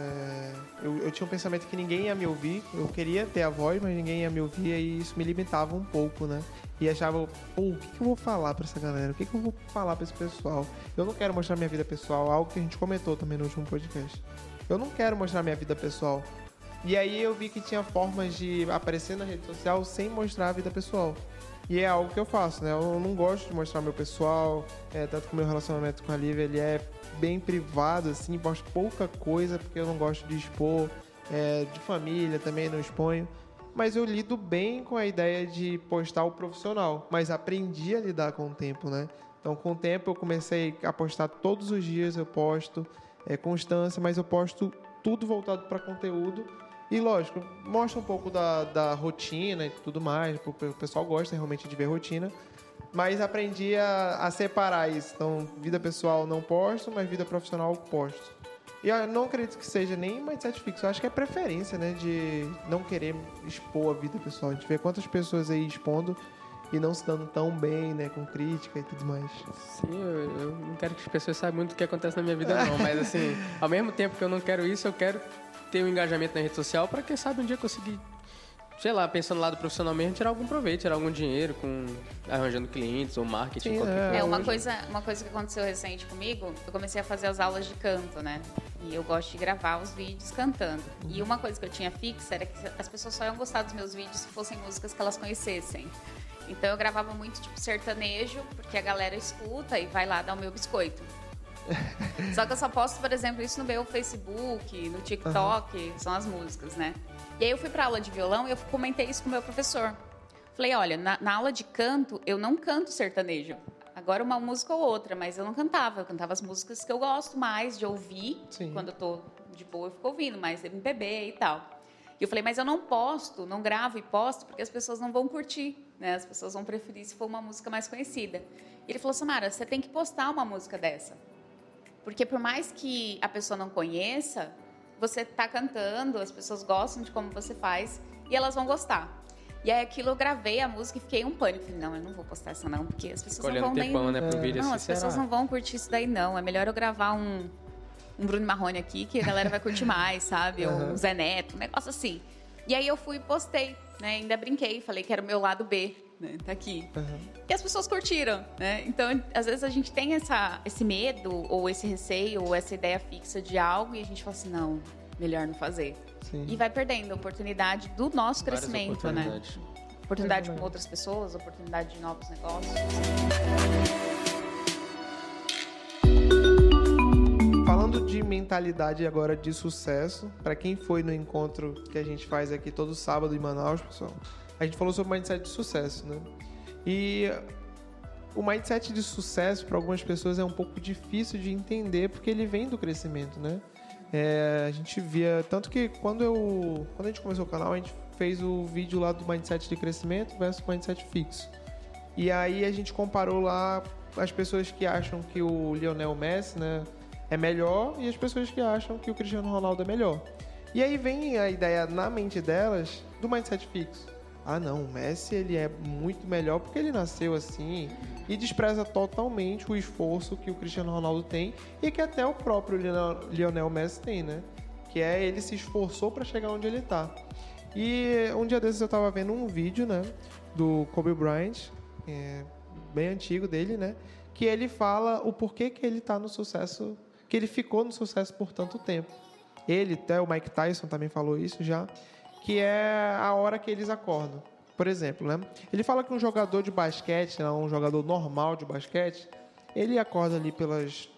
eu tinha um pensamento que ninguém ia me ouvir. Eu queria ter a voz, mas ninguém ia me ouvir. E isso me limitava um pouco, né? E achava, o que eu vou falar pra essa galera? O que eu vou falar pra esse pessoal? Eu não quero mostrar minha vida pessoal, algo que a gente comentou também no último podcast. Eu não quero mostrar minha vida pessoal. E aí eu vi que tinha formas de aparecer na rede social sem mostrar a vida pessoal. E é algo que eu faço, né? Eu não gosto de mostrar meu pessoal, tanto que o meu relacionamento com a Lívia, ele é bem privado, assim, posto pouca coisa, porque eu não gosto de expor, de família também não exponho. Mas eu lido bem com a ideia de postar o profissional, mas aprendi a lidar com o tempo, né? Então, com o tempo, eu comecei a postar todos os dias, eu posto, constância, mas eu posto tudo voltado para conteúdo. E, lógico, mostra um pouco da rotina e tudo mais, porque o pessoal gosta realmente de ver rotina. Mas aprendi a separar isso. Então, vida pessoal não posto, mas vida profissional posto. E eu não acredito que seja nem mindset fixo. Eu acho que é preferência, né? De não querer expor a vida pessoal. A gente vê quantas pessoas aí expondo e não se dando tão bem, né? Com crítica e tudo mais. Sim, eu não quero que as pessoas saibam muito o que acontece na minha vida, não. Mas, assim, ao mesmo tempo que eu não quero isso, eu quero ter um engajamento na rede social para quem sabe um dia conseguir, sei lá, pensando no lado profissional mesmo, tirar algum proveito, tirar algum dinheiro arranjando clientes ou marketing, qualquer coisa. Uma coisa que aconteceu recente comigo, eu comecei a fazer as aulas de canto, né? E eu gosto de gravar os vídeos cantando. E uma coisa que eu tinha fixa era que as pessoas só iam gostar dos meus vídeos se fossem músicas que elas conhecessem. Então eu gravava muito tipo sertanejo, porque a galera escuta e vai lá dar o meu biscoito. Só que eu só posto, por exemplo, isso no meu Facebook, no TikTok, são as músicas, né? E aí eu fui pra aula de violão e eu comentei isso com o meu professor. Falei, olha, na aula de canto, eu não canto sertanejo. Agora uma música ou outra, mas eu não cantava. Eu cantava as músicas que eu gosto mais de ouvir. Sim. Quando eu tô de boa, eu fico ouvindo mais MPB e tal. E eu falei, mas eu não posto, não gravo e posto, porque as pessoas não vão curtir, né? As pessoas vão preferir se for uma música mais conhecida. E ele falou, Samara, você tem que postar uma música dessa. Porque por mais que a pessoa não conheça, você está cantando, as pessoas gostam de como você faz. e elas vão gostar. E aí aquilo eu gravei a música e fiquei um pânico. Falei, não, eu não vou postar essa não, porque as pessoas não vão tempão, né, pro vídeo, não, assim, as pessoas não vão curtir isso daí não. É melhor eu gravar um Bruno Marrone aqui, que a galera vai curtir mais, sabe? Ou um Zé Neto, um negócio assim. E aí eu fui e postei, né? Ainda brinquei, falei que era o meu lado B, né? Tá aqui. E as pessoas curtiram, né? Então, às vezes a gente tem esse medo, ou esse receio, ou essa ideia fixa de algo, e a gente fala assim, não, melhor não fazer. Sim. E vai perdendo a oportunidade do nosso crescimento, né? Oportunidade com outras pessoas, oportunidade de novos negócios. Falando de mentalidade agora de sucesso, para quem foi no encontro que a gente faz aqui todo sábado em Manaus, pessoal, a gente falou sobre mindset de sucesso, né? E o mindset de sucesso para algumas pessoas é um pouco difícil de entender porque ele vem do crescimento, né? A gente via, tanto que quando a gente começou o canal, a gente fez o vídeo lá do mindset de crescimento versus mindset fixo. E aí a gente comparou lá as pessoas que acham que o Lionel Messi, né, é melhor e as pessoas que acham que o Cristiano Ronaldo é melhor. E aí vem a ideia na mente delas do mindset fixo. Ah, não, o Messi ele é muito melhor porque ele nasceu assim, e despreza totalmente o esforço que o Cristiano Ronaldo tem e que até o próprio Lionel Messi tem, né? Que é ele se esforçou para chegar onde ele está. E um dia desses eu estava vendo um vídeo, né, do Kobe Bryant, bem antigo dele, né, que ele fala o porquê que ele tá no sucesso, que ele ficou no sucesso por tanto tempo. Ele, até o Mike Tyson também falou isso já, que é a hora que eles acordam. Por exemplo, né, ele fala que um jogador de basquete, né, um jogador normal de basquete, ele acorda ali pelas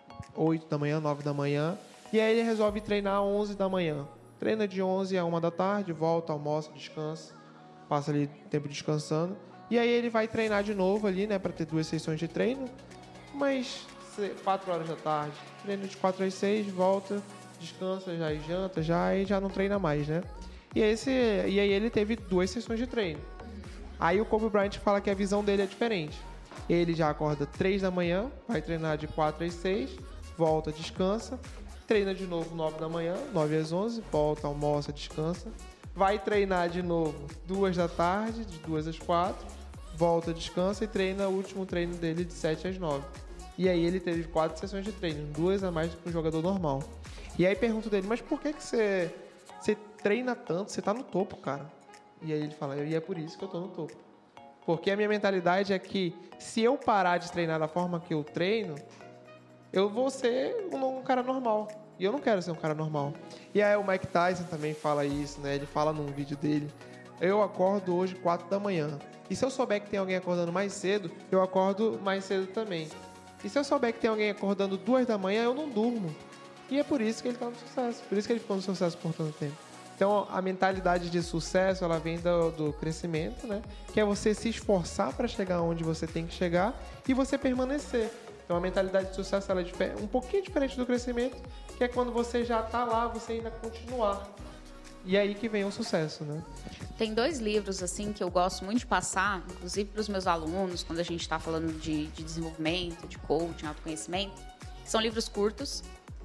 8 da manhã, 9 da manhã, e aí ele resolve treinar às 11 da manhã. Treina de 11 a 1 da tarde, volta, almoça, descansa, passa ali tempo descansando. E aí ele vai treinar de novo ali, né, para ter 2 sessões de treino, mas 4 horas da tarde. Treina de 4 às 6, volta, descansa, já janta, e já não treina mais, né? E aí ele teve 2 sessões de treino. Aí o Kobe Bryant fala que a visão dele é diferente. Ele já acorda 3 da manhã, vai treinar de 4 às 6, volta, descansa, treina de novo 9 da manhã, 9 às 11, volta, almoça, descansa. Vai treinar de novo 2 da tarde, de 2 às 4, volta, descansa e treina o último treino dele de 7 às 9. E aí ele teve 4 sessões de treino, 2 a mais do que um jogador normal. E aí pergunto dele, mas por que você treina tanto? Você tá no topo, cara. E aí ele fala, e é por isso que eu tô no topo. Porque a minha mentalidade é que se eu parar de treinar da forma que eu treino, eu vou ser um cara normal. E eu não quero ser um cara normal. E aí o Mike Tyson também fala isso, né? Ele fala num vídeo dele, eu acordo hoje 4 da manhã. E se eu souber que tem alguém acordando mais cedo, eu acordo mais cedo também. E se eu souber que tem alguém acordando 2 da manhã, eu não durmo. E é por isso que ele está no sucesso. Por isso que ele ficou no sucesso por tanto tempo. Então, a mentalidade de sucesso, ela vem do crescimento, né? Que é você se esforçar para chegar onde você tem que chegar e você permanecer. Então, a mentalidade de sucesso, ela é um pouquinho diferente do crescimento, que é quando você já está lá, você ainda continuar. E é aí que vem o sucesso, né? Tem 2 livros, assim, que eu gosto muito de passar, inclusive para os meus alunos, quando a gente está falando de desenvolvimento, de coaching, autoconhecimento. São livros curtos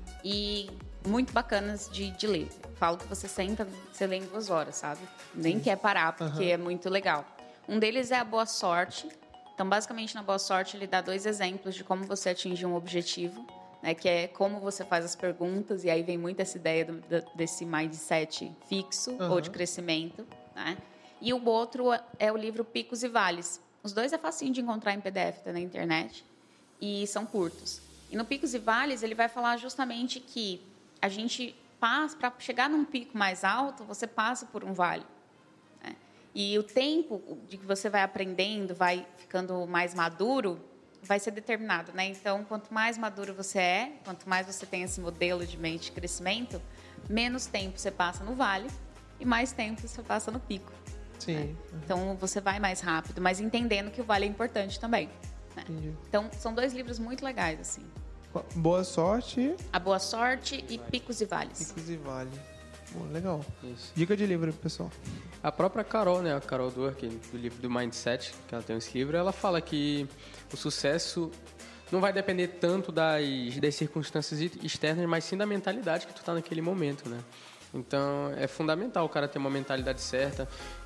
e muito bacanas de ler. Eu falo que você senta, você lê em 2 horas, sabe? Nem quer parar, porque é muito legal. Um deles é A Boa Sorte. Então, basicamente, na Boa Sorte, ele dá 2 exemplos de como você atingir um objetivo, né, que é como você faz as perguntas, e aí vem muito essa ideia desse mindset fixo ou de crescimento, né? E o outro é o livro Picos e Vales. Os 2 é facinho de encontrar em PDF, tá na internet, e são curtos. E no Picos e Vales, ele vai falar justamente que a gente passa, para chegar num pico mais alto, você passa por um vale. Né? E o tempo de que você vai aprendendo, vai ficando mais maduro, vai ser determinado, né? Então, quanto mais maduro você é, quanto mais você tem esse modelo de mente de crescimento, menos tempo você passa no vale e mais tempo você passa no pico. Sim. Né? Então, você vai mais rápido, mas entendendo que o vale é importante também. Né? Então, são 2 livros muito legais, assim. Boa Sorte. A Boa Sorte e Picos e Vales. Picos e Vale. Bom, legal. Isso. Dica de livro, pessoal. A própria Carol, né, a Carol Dweck, do livro do Mindset, que ela tem esse livro, ela fala que o sucesso não vai depender tanto das circunstâncias externas, mas sim da mentalidade que tu tá naquele momento, né? Então, é fundamental o cara ter uma mentalidade certa.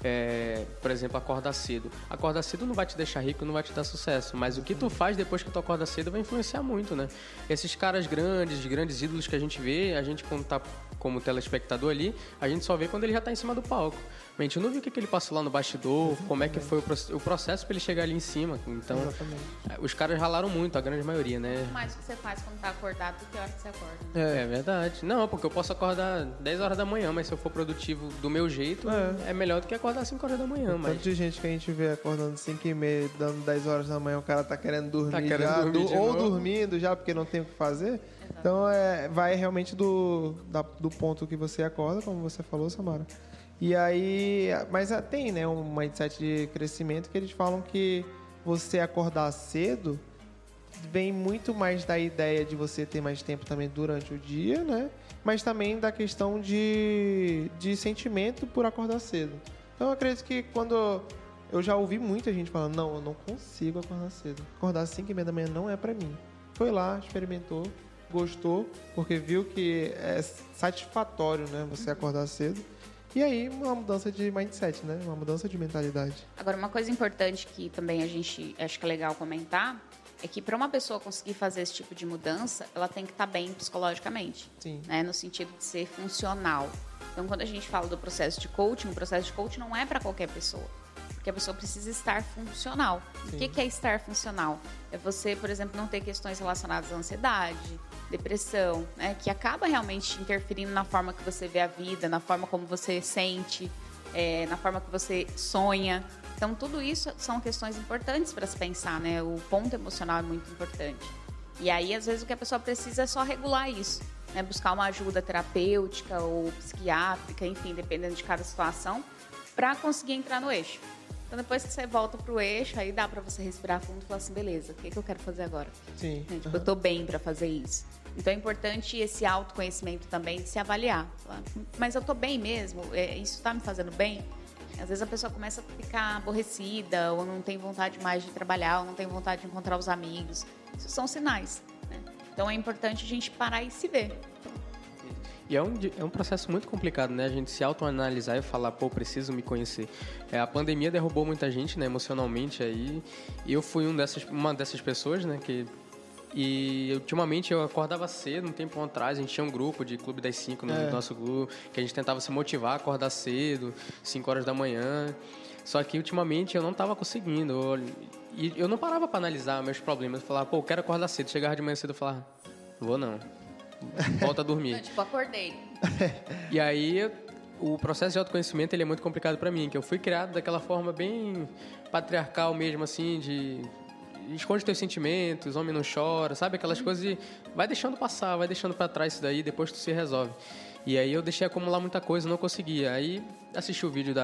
Por exemplo, acordar cedo. Acordar cedo não vai te deixar rico, não vai te dar sucesso. Mas o que tu faz depois que tu acorda cedo vai influenciar muito, né? Esses caras grandes ídolos que a gente vê, a gente quando tá como telespectador ali, a gente só vê quando ele já tá em cima do palco. A gente não viu o que ele passou lá no bastidor, como é que foi o processo para ele chegar ali em cima. Então, os caras ralaram muito, a grande maioria, né? Muito mais o que você faz quando tá acordado do que a hora que você acorda. É verdade. Não, porque eu posso acordar 10 horas da manhã, mas se eu for produtivo do meu jeito, é melhor do que acordar 5 horas da manhã. Mas... Tanto de gente que a gente vê acordando 5h30, dando 10 horas da manhã, o cara tá querendo dormir ou dormindo já, porque não tem o que fazer. Então, vai realmente do ponto que você acorda, como você falou, Samara. E aí, mas tem, né, um mindset de crescimento que eles falam que você acordar cedo vem muito mais da ideia de você ter mais tempo também durante o dia, né? Mas também da questão de sentimento por acordar cedo. Então, eu acredito que quando... Eu já ouvi muita gente falando, não, eu não consigo acordar cedo. Acordar às 5h30 da manhã não é pra mim. Foi lá, experimentou, gostou, porque viu que é satisfatório, né, você acordar cedo. E aí, uma mudança de mindset, né? Uma mudança de mentalidade. Agora, uma coisa importante que também a gente acho que é legal comentar é que para uma pessoa conseguir fazer esse tipo de mudança, ela tem que estar bem psicologicamente. Sim. Né? No sentido de ser funcional. Então, quando a gente fala do processo de coaching, o processo de coaching não é para qualquer pessoa. Porque a pessoa precisa estar funcional. Sim. O que é estar funcional? É você, por exemplo, não ter questões relacionadas à ansiedade, depressão, né, que acaba realmente interferindo na forma que você vê a vida, na forma como você sente, na forma que você sonha. Então, tudo isso são questões importantes para se pensar, né? O ponto emocional é muito importante. E aí, às vezes, o que a pessoa precisa é só regular isso, né? Buscar uma ajuda terapêutica ou psiquiátrica, enfim, dependendo de cada situação, para conseguir entrar no eixo. Então, depois que você volta pro eixo, aí dá para você respirar fundo e falar assim, beleza, o que eu quero fazer agora? Sim. Tipo, eu tô bem para fazer isso. Então, é importante esse autoconhecimento também de se avaliar. Mas eu tô bem mesmo? Isso tá me fazendo bem? Às vezes a pessoa começa a ficar aborrecida, ou não tem vontade mais de trabalhar, ou não tem vontade de encontrar os amigos. Isso são sinais, né? Então, é importante a gente parar e se ver. E é um processo muito complicado, né? A gente se autoanalisar e falar, pô, preciso me conhecer. A pandemia derrubou muita gente, né, emocionalmente aí. E eu fui uma dessas pessoas, né, E ultimamente eu acordava cedo, um tempo atrás, a gente tinha um grupo de Clube das 5 no nosso grupo, que a gente tentava se motivar a acordar cedo, 5 horas da manhã. Só que ultimamente eu não estava conseguindo. E eu não parava para analisar meus problemas. Eu falava, pô, eu quero acordar cedo. Chegava de manhã cedo e falava, não vou não. Volta a dormir. Não, tipo, acordei. E aí o processo de autoconhecimento ele é muito complicado para mim, que eu fui criado daquela forma bem patriarcal mesmo, assim, de... esconde teus sentimentos, homem não chora, sabe? Aquelas coisas e vai deixando passar, vai deixando para trás isso daí, depois tu se resolve. E aí eu deixei acumular muita coisa, não conseguia. Aí assisti o vídeo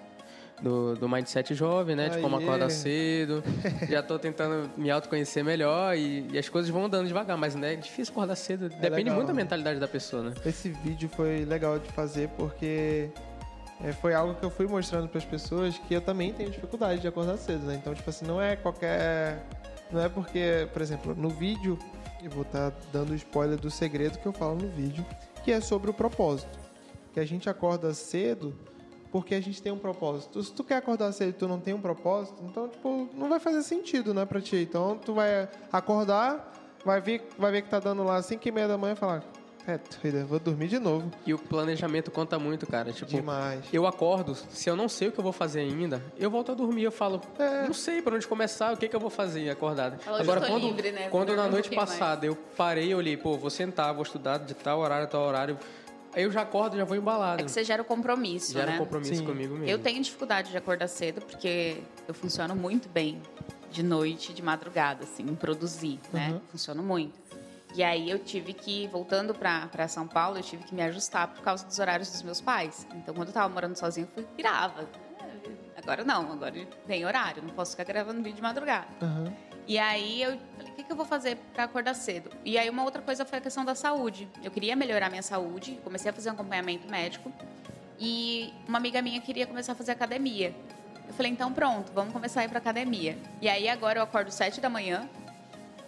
do Mindset Jovem, né? De como acordar cedo. Já tô tentando me autoconhecer melhor e as coisas vão andando devagar, mas né, é difícil acordar cedo. Depende legal, muito da mentalidade da pessoa, né? Esse vídeo foi legal de fazer porque... foi algo que eu fui mostrando para as pessoas que eu também tenho dificuldade de acordar cedo, né? Então, tipo assim, não é porque, por exemplo, no vídeo, eu vou estar dando spoiler do segredo que eu falo no vídeo, que é sobre o propósito. Que a gente acorda cedo porque a gente tem um propósito. Se tu quer acordar cedo e tu não tem um propósito, então, tipo, não vai fazer sentido, né, pra ti. Então, tu vai acordar, vai ver que tá dando lá 5h30 da manhã e falar... vou dormir de novo. E o planejamento conta muito, cara. Tipo, demais. Eu acordo, se eu não sei o que eu vou fazer ainda, eu volto a dormir. Eu falo, não sei por onde começar, o que eu vou fazer acordado. Agora, quando na noite passada eu parei e olhei, pô, vou sentar, vou estudar de tal horário, aí eu já acordo, já vou embalado. É que você gera o compromisso, né? Gera um compromisso comigo mesmo. Eu tenho dificuldade de acordar cedo porque eu funciono muito bem de noite, de madrugada, assim, em produzir, né? Funciono muito. E aí eu tive que, voltando para São Paulo, eu tive que me ajustar por causa dos horários dos meus pais. Então, quando eu estava morando sozinha, eu pirava. Agora não, agora tem horário, não posso ficar gravando vídeo de madrugada. E aí eu falei, o que eu vou fazer para acordar cedo? E aí uma outra coisa foi a questão da saúde. Eu queria melhorar minha saúde, comecei a fazer um acompanhamento médico. E uma amiga minha queria começar a fazer academia. Eu falei, então pronto, vamos começar a ir para academia. E aí agora eu acordo 7 da manhã,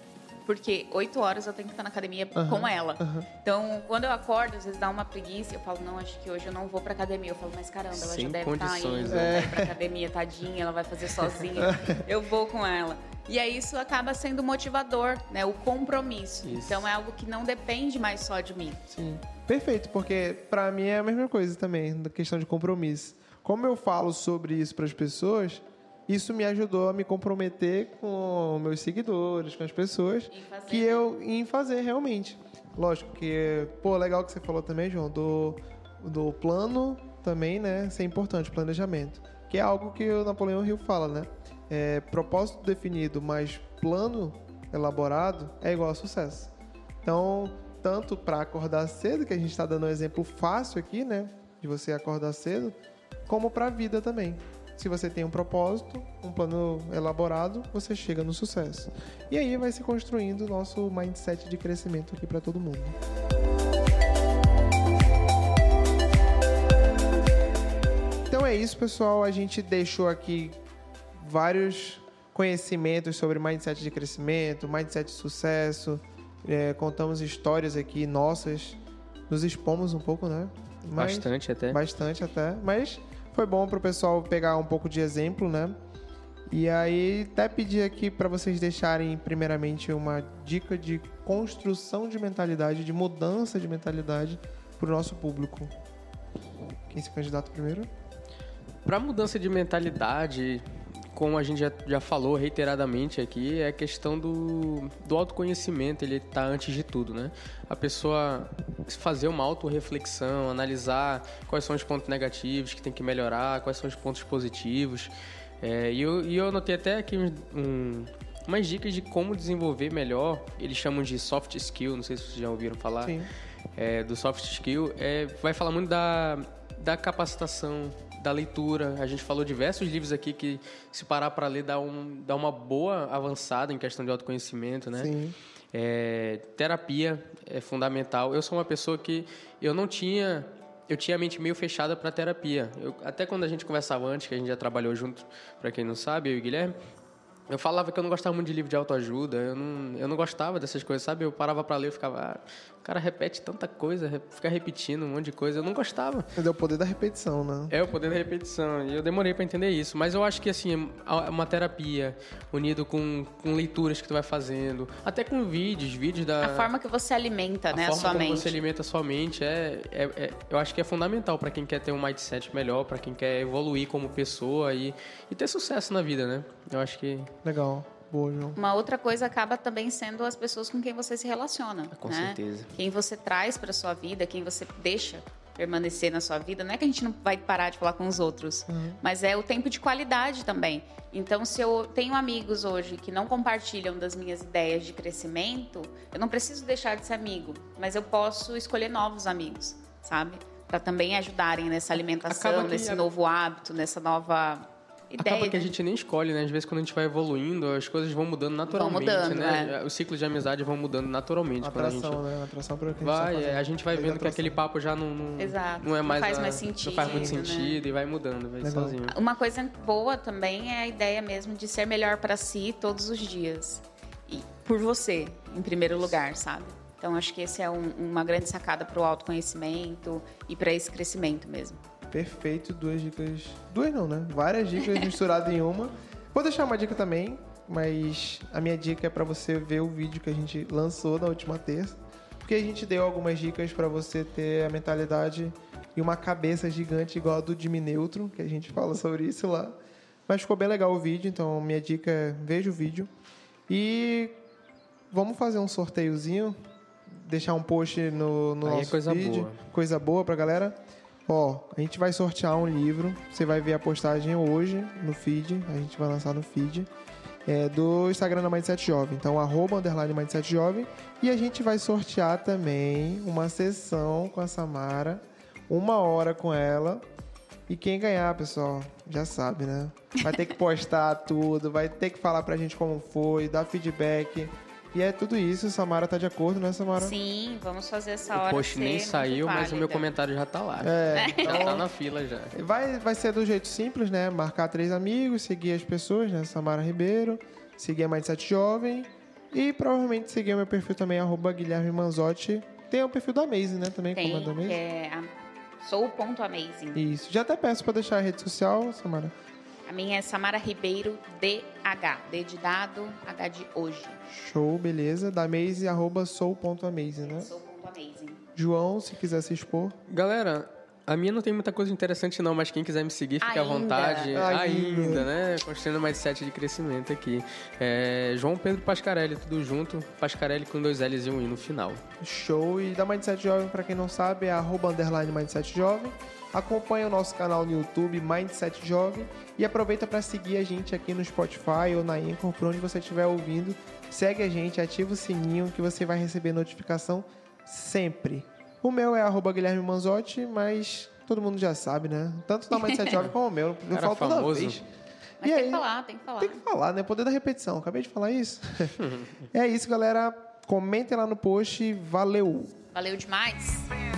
porque 8 horas eu tenho que estar na academia com ela. Então, quando eu acordo, às vezes dá uma preguiça, eu falo, não, acho que hoje eu não vou pra academia. Eu falo, mas caramba, ela já deve estar indo pra academia, tadinha, ela vai fazer sozinha. Eu vou com ela. E aí isso acaba sendo motivador, né? O compromisso. Isso. Então, é algo que não depende mais só de mim. Sim, perfeito, porque pra mim é a mesma coisa também, na questão de compromisso. Como eu falo sobre isso para as pessoas, isso me ajudou a me comprometer com meus seguidores, com as pessoas em fazer realmente. Lógico que, legal que você falou também, João, do plano também, né, ser importante, planejamento, que é algo que o Napoleão Hill fala, né? Propósito definido mais plano elaborado é igual a sucesso. Então, tanto para acordar cedo, que a gente está dando um exemplo fácil aqui, né, de você acordar cedo, como para a vida também. Se você tem um propósito, um plano elaborado, você chega no sucesso. E aí vai se construindo o nosso mindset de crescimento aqui para todo mundo. Então é isso, pessoal. A gente deixou aqui vários conhecimentos sobre mindset de crescimento, mindset de sucesso. Contamos histórias aqui nossas. Nos expomos um pouco, né? Bastante até. Mas foi bom para o pessoal pegar um pouco de exemplo, né? E aí, até pedir aqui para vocês deixarem, primeiramente, uma dica de construção de mentalidade, de mudança de mentalidade para o nosso público. Quem se candidata primeiro? Para mudança de mentalidade, como a gente já falou reiteradamente aqui, é a questão do autoconhecimento, ele está antes de tudo, né? A pessoa fazer uma autorreflexão, analisar quais são os pontos negativos que tem que melhorar, quais são os pontos positivos. E eu anotei até aqui umas dicas de como desenvolver melhor, eles chamam de soft skill, não sei se vocês já ouviram falar. Sim. Do soft skill, vai falar muito da capacitação, da leitura. A gente falou diversos livros aqui que, se parar para ler, dá uma boa avançada em questão de autoconhecimento, né? Sim. Terapia é fundamental. Eu sou uma pessoa que eu tinha a mente meio fechada para terapia. Até quando a gente conversava antes, que a gente já trabalhou junto, para quem não sabe, eu e o Guilherme, eu falava que eu não gostava muito de livro de autoajuda, eu não gostava dessas coisas, sabe? Eu parava para ler e ficava, o cara repete tanta coisa, fica repetindo um monte de coisa, eu não gostava. Mas é o poder da repetição, né? É o poder da repetição, e eu demorei para entender isso. Mas eu acho que, assim, uma terapia unido com leituras que tu vai fazendo, até com vídeos da... A forma que você alimenta, né, a sua mente. A forma como você alimenta a sua mente, eu acho que é fundamental para quem quer ter um mindset melhor, para quem quer evoluir como pessoa e ter sucesso na vida, né? Eu acho que... Legal. Boa, João. Uma outra coisa acaba também sendo as pessoas com quem você se relaciona. Com certeza. Quem você traz para sua vida, quem você deixa permanecer na sua vida. Não é que a gente não vai parar de falar com os outros, mas é o tempo de qualidade também. Então, se eu tenho amigos hoje que não compartilham das minhas ideias de crescimento, eu não preciso deixar de ser amigo, mas eu posso escolher novos amigos, sabe? Para também ajudarem nessa alimentação, nesse novo hábito, nessa nova... ideia. Acaba que a gente nem escolhe, né? Às vezes, quando a gente vai evoluindo, as coisas vão mudando naturalmente, né? Os ciclos de amizade vão mudando naturalmente. Atração, né? Atração para quem a gente vai vendo que aquele papo já não é mais... Não faz mais sentido. Não faz muito sentido, né? E vai mudando, vai sozinho. Uma coisa boa também é a ideia mesmo de ser melhor para si todos os dias. E por você, em primeiro lugar, sabe? Então, acho que esse é uma grande sacada para o autoconhecimento e para esse crescimento mesmo. Perfeito, 2 dicas. 2 não, né? Várias dicas misturadas em uma. Vou deixar uma dica também, mas a minha dica é para você ver o vídeo que a gente lançou na última terça, porque a gente deu algumas dicas para você ter a mentalidade e uma cabeça gigante igual a do Jimmy Neutron, que a gente fala sobre isso lá. Mas ficou bem legal o vídeo, então minha dica é veja o vídeo. E vamos fazer um sorteiozinho, deixar um post no nosso feed. Coisa boa pra galera. A gente vai sortear um livro. Você vai ver a postagem hoje no feed. A gente vai lançar no feed do Instagram da Mindset Jovem. Então, @_Mindset Jovem. E a gente vai sortear também uma sessão com a Samara. 1 hora com ela. E quem ganhar, pessoal, já sabe, né? Vai ter que postar tudo. Vai ter que falar pra gente como foi. Dar feedback. E é tudo isso, Samara tá de acordo, né, Samara? Sim, vamos fazer essa hora. O post nem saiu, mas o meu comentário já tá lá. Já tá na fila já. Vai ser do jeito simples, né? Marcar 3 amigos, seguir as pessoas, né? Samara Ribeiro, seguir a Mindset Jovem E provavelmente seguir o meu perfil também, @Guilherme Manzotti. Tem o perfil da Amaze, né? Também, Tem, como é da Amaze? que é sou.amazing. Isso. Já até peço pra deixar a rede social, Samara. A minha é Samara Ribeiro DH. D de dado, H de hoje. Show, beleza. Da Amaze, @sou.amaze, né? Sou.amazing. João, se quiser se expor. Galera, a minha não tem muita coisa interessante não, mas quem quiser me seguir, fique à Ainda. vontade. Ainda, Né? Construindo mais 7 de crescimento aqui. João Pedro Pascarelli, tudo junto. Pascarelli com 2 L's e um I no final. Show. E da Mindset Jovem, pra quem não sabe, é @_Mindset Jovem. Acompanha o nosso canal no YouTube, Mindset Jovem. E aproveita para seguir a gente aqui no Spotify ou na Anchor, por onde você estiver ouvindo. Segue a gente, ativa o sininho que você vai receber notificação sempre. O meu é @Guilherme Manzotti, mas todo mundo já sabe, né? Tanto da Mindset Jovem como o meu. Eu Cara falo toda famoso. vez. Mas E tem aí? que falar, tem que falar. Tem que falar, né? Poder da repetição. Acabei de falar isso. É isso, galera. Comentem lá no post. Valeu! Valeu demais.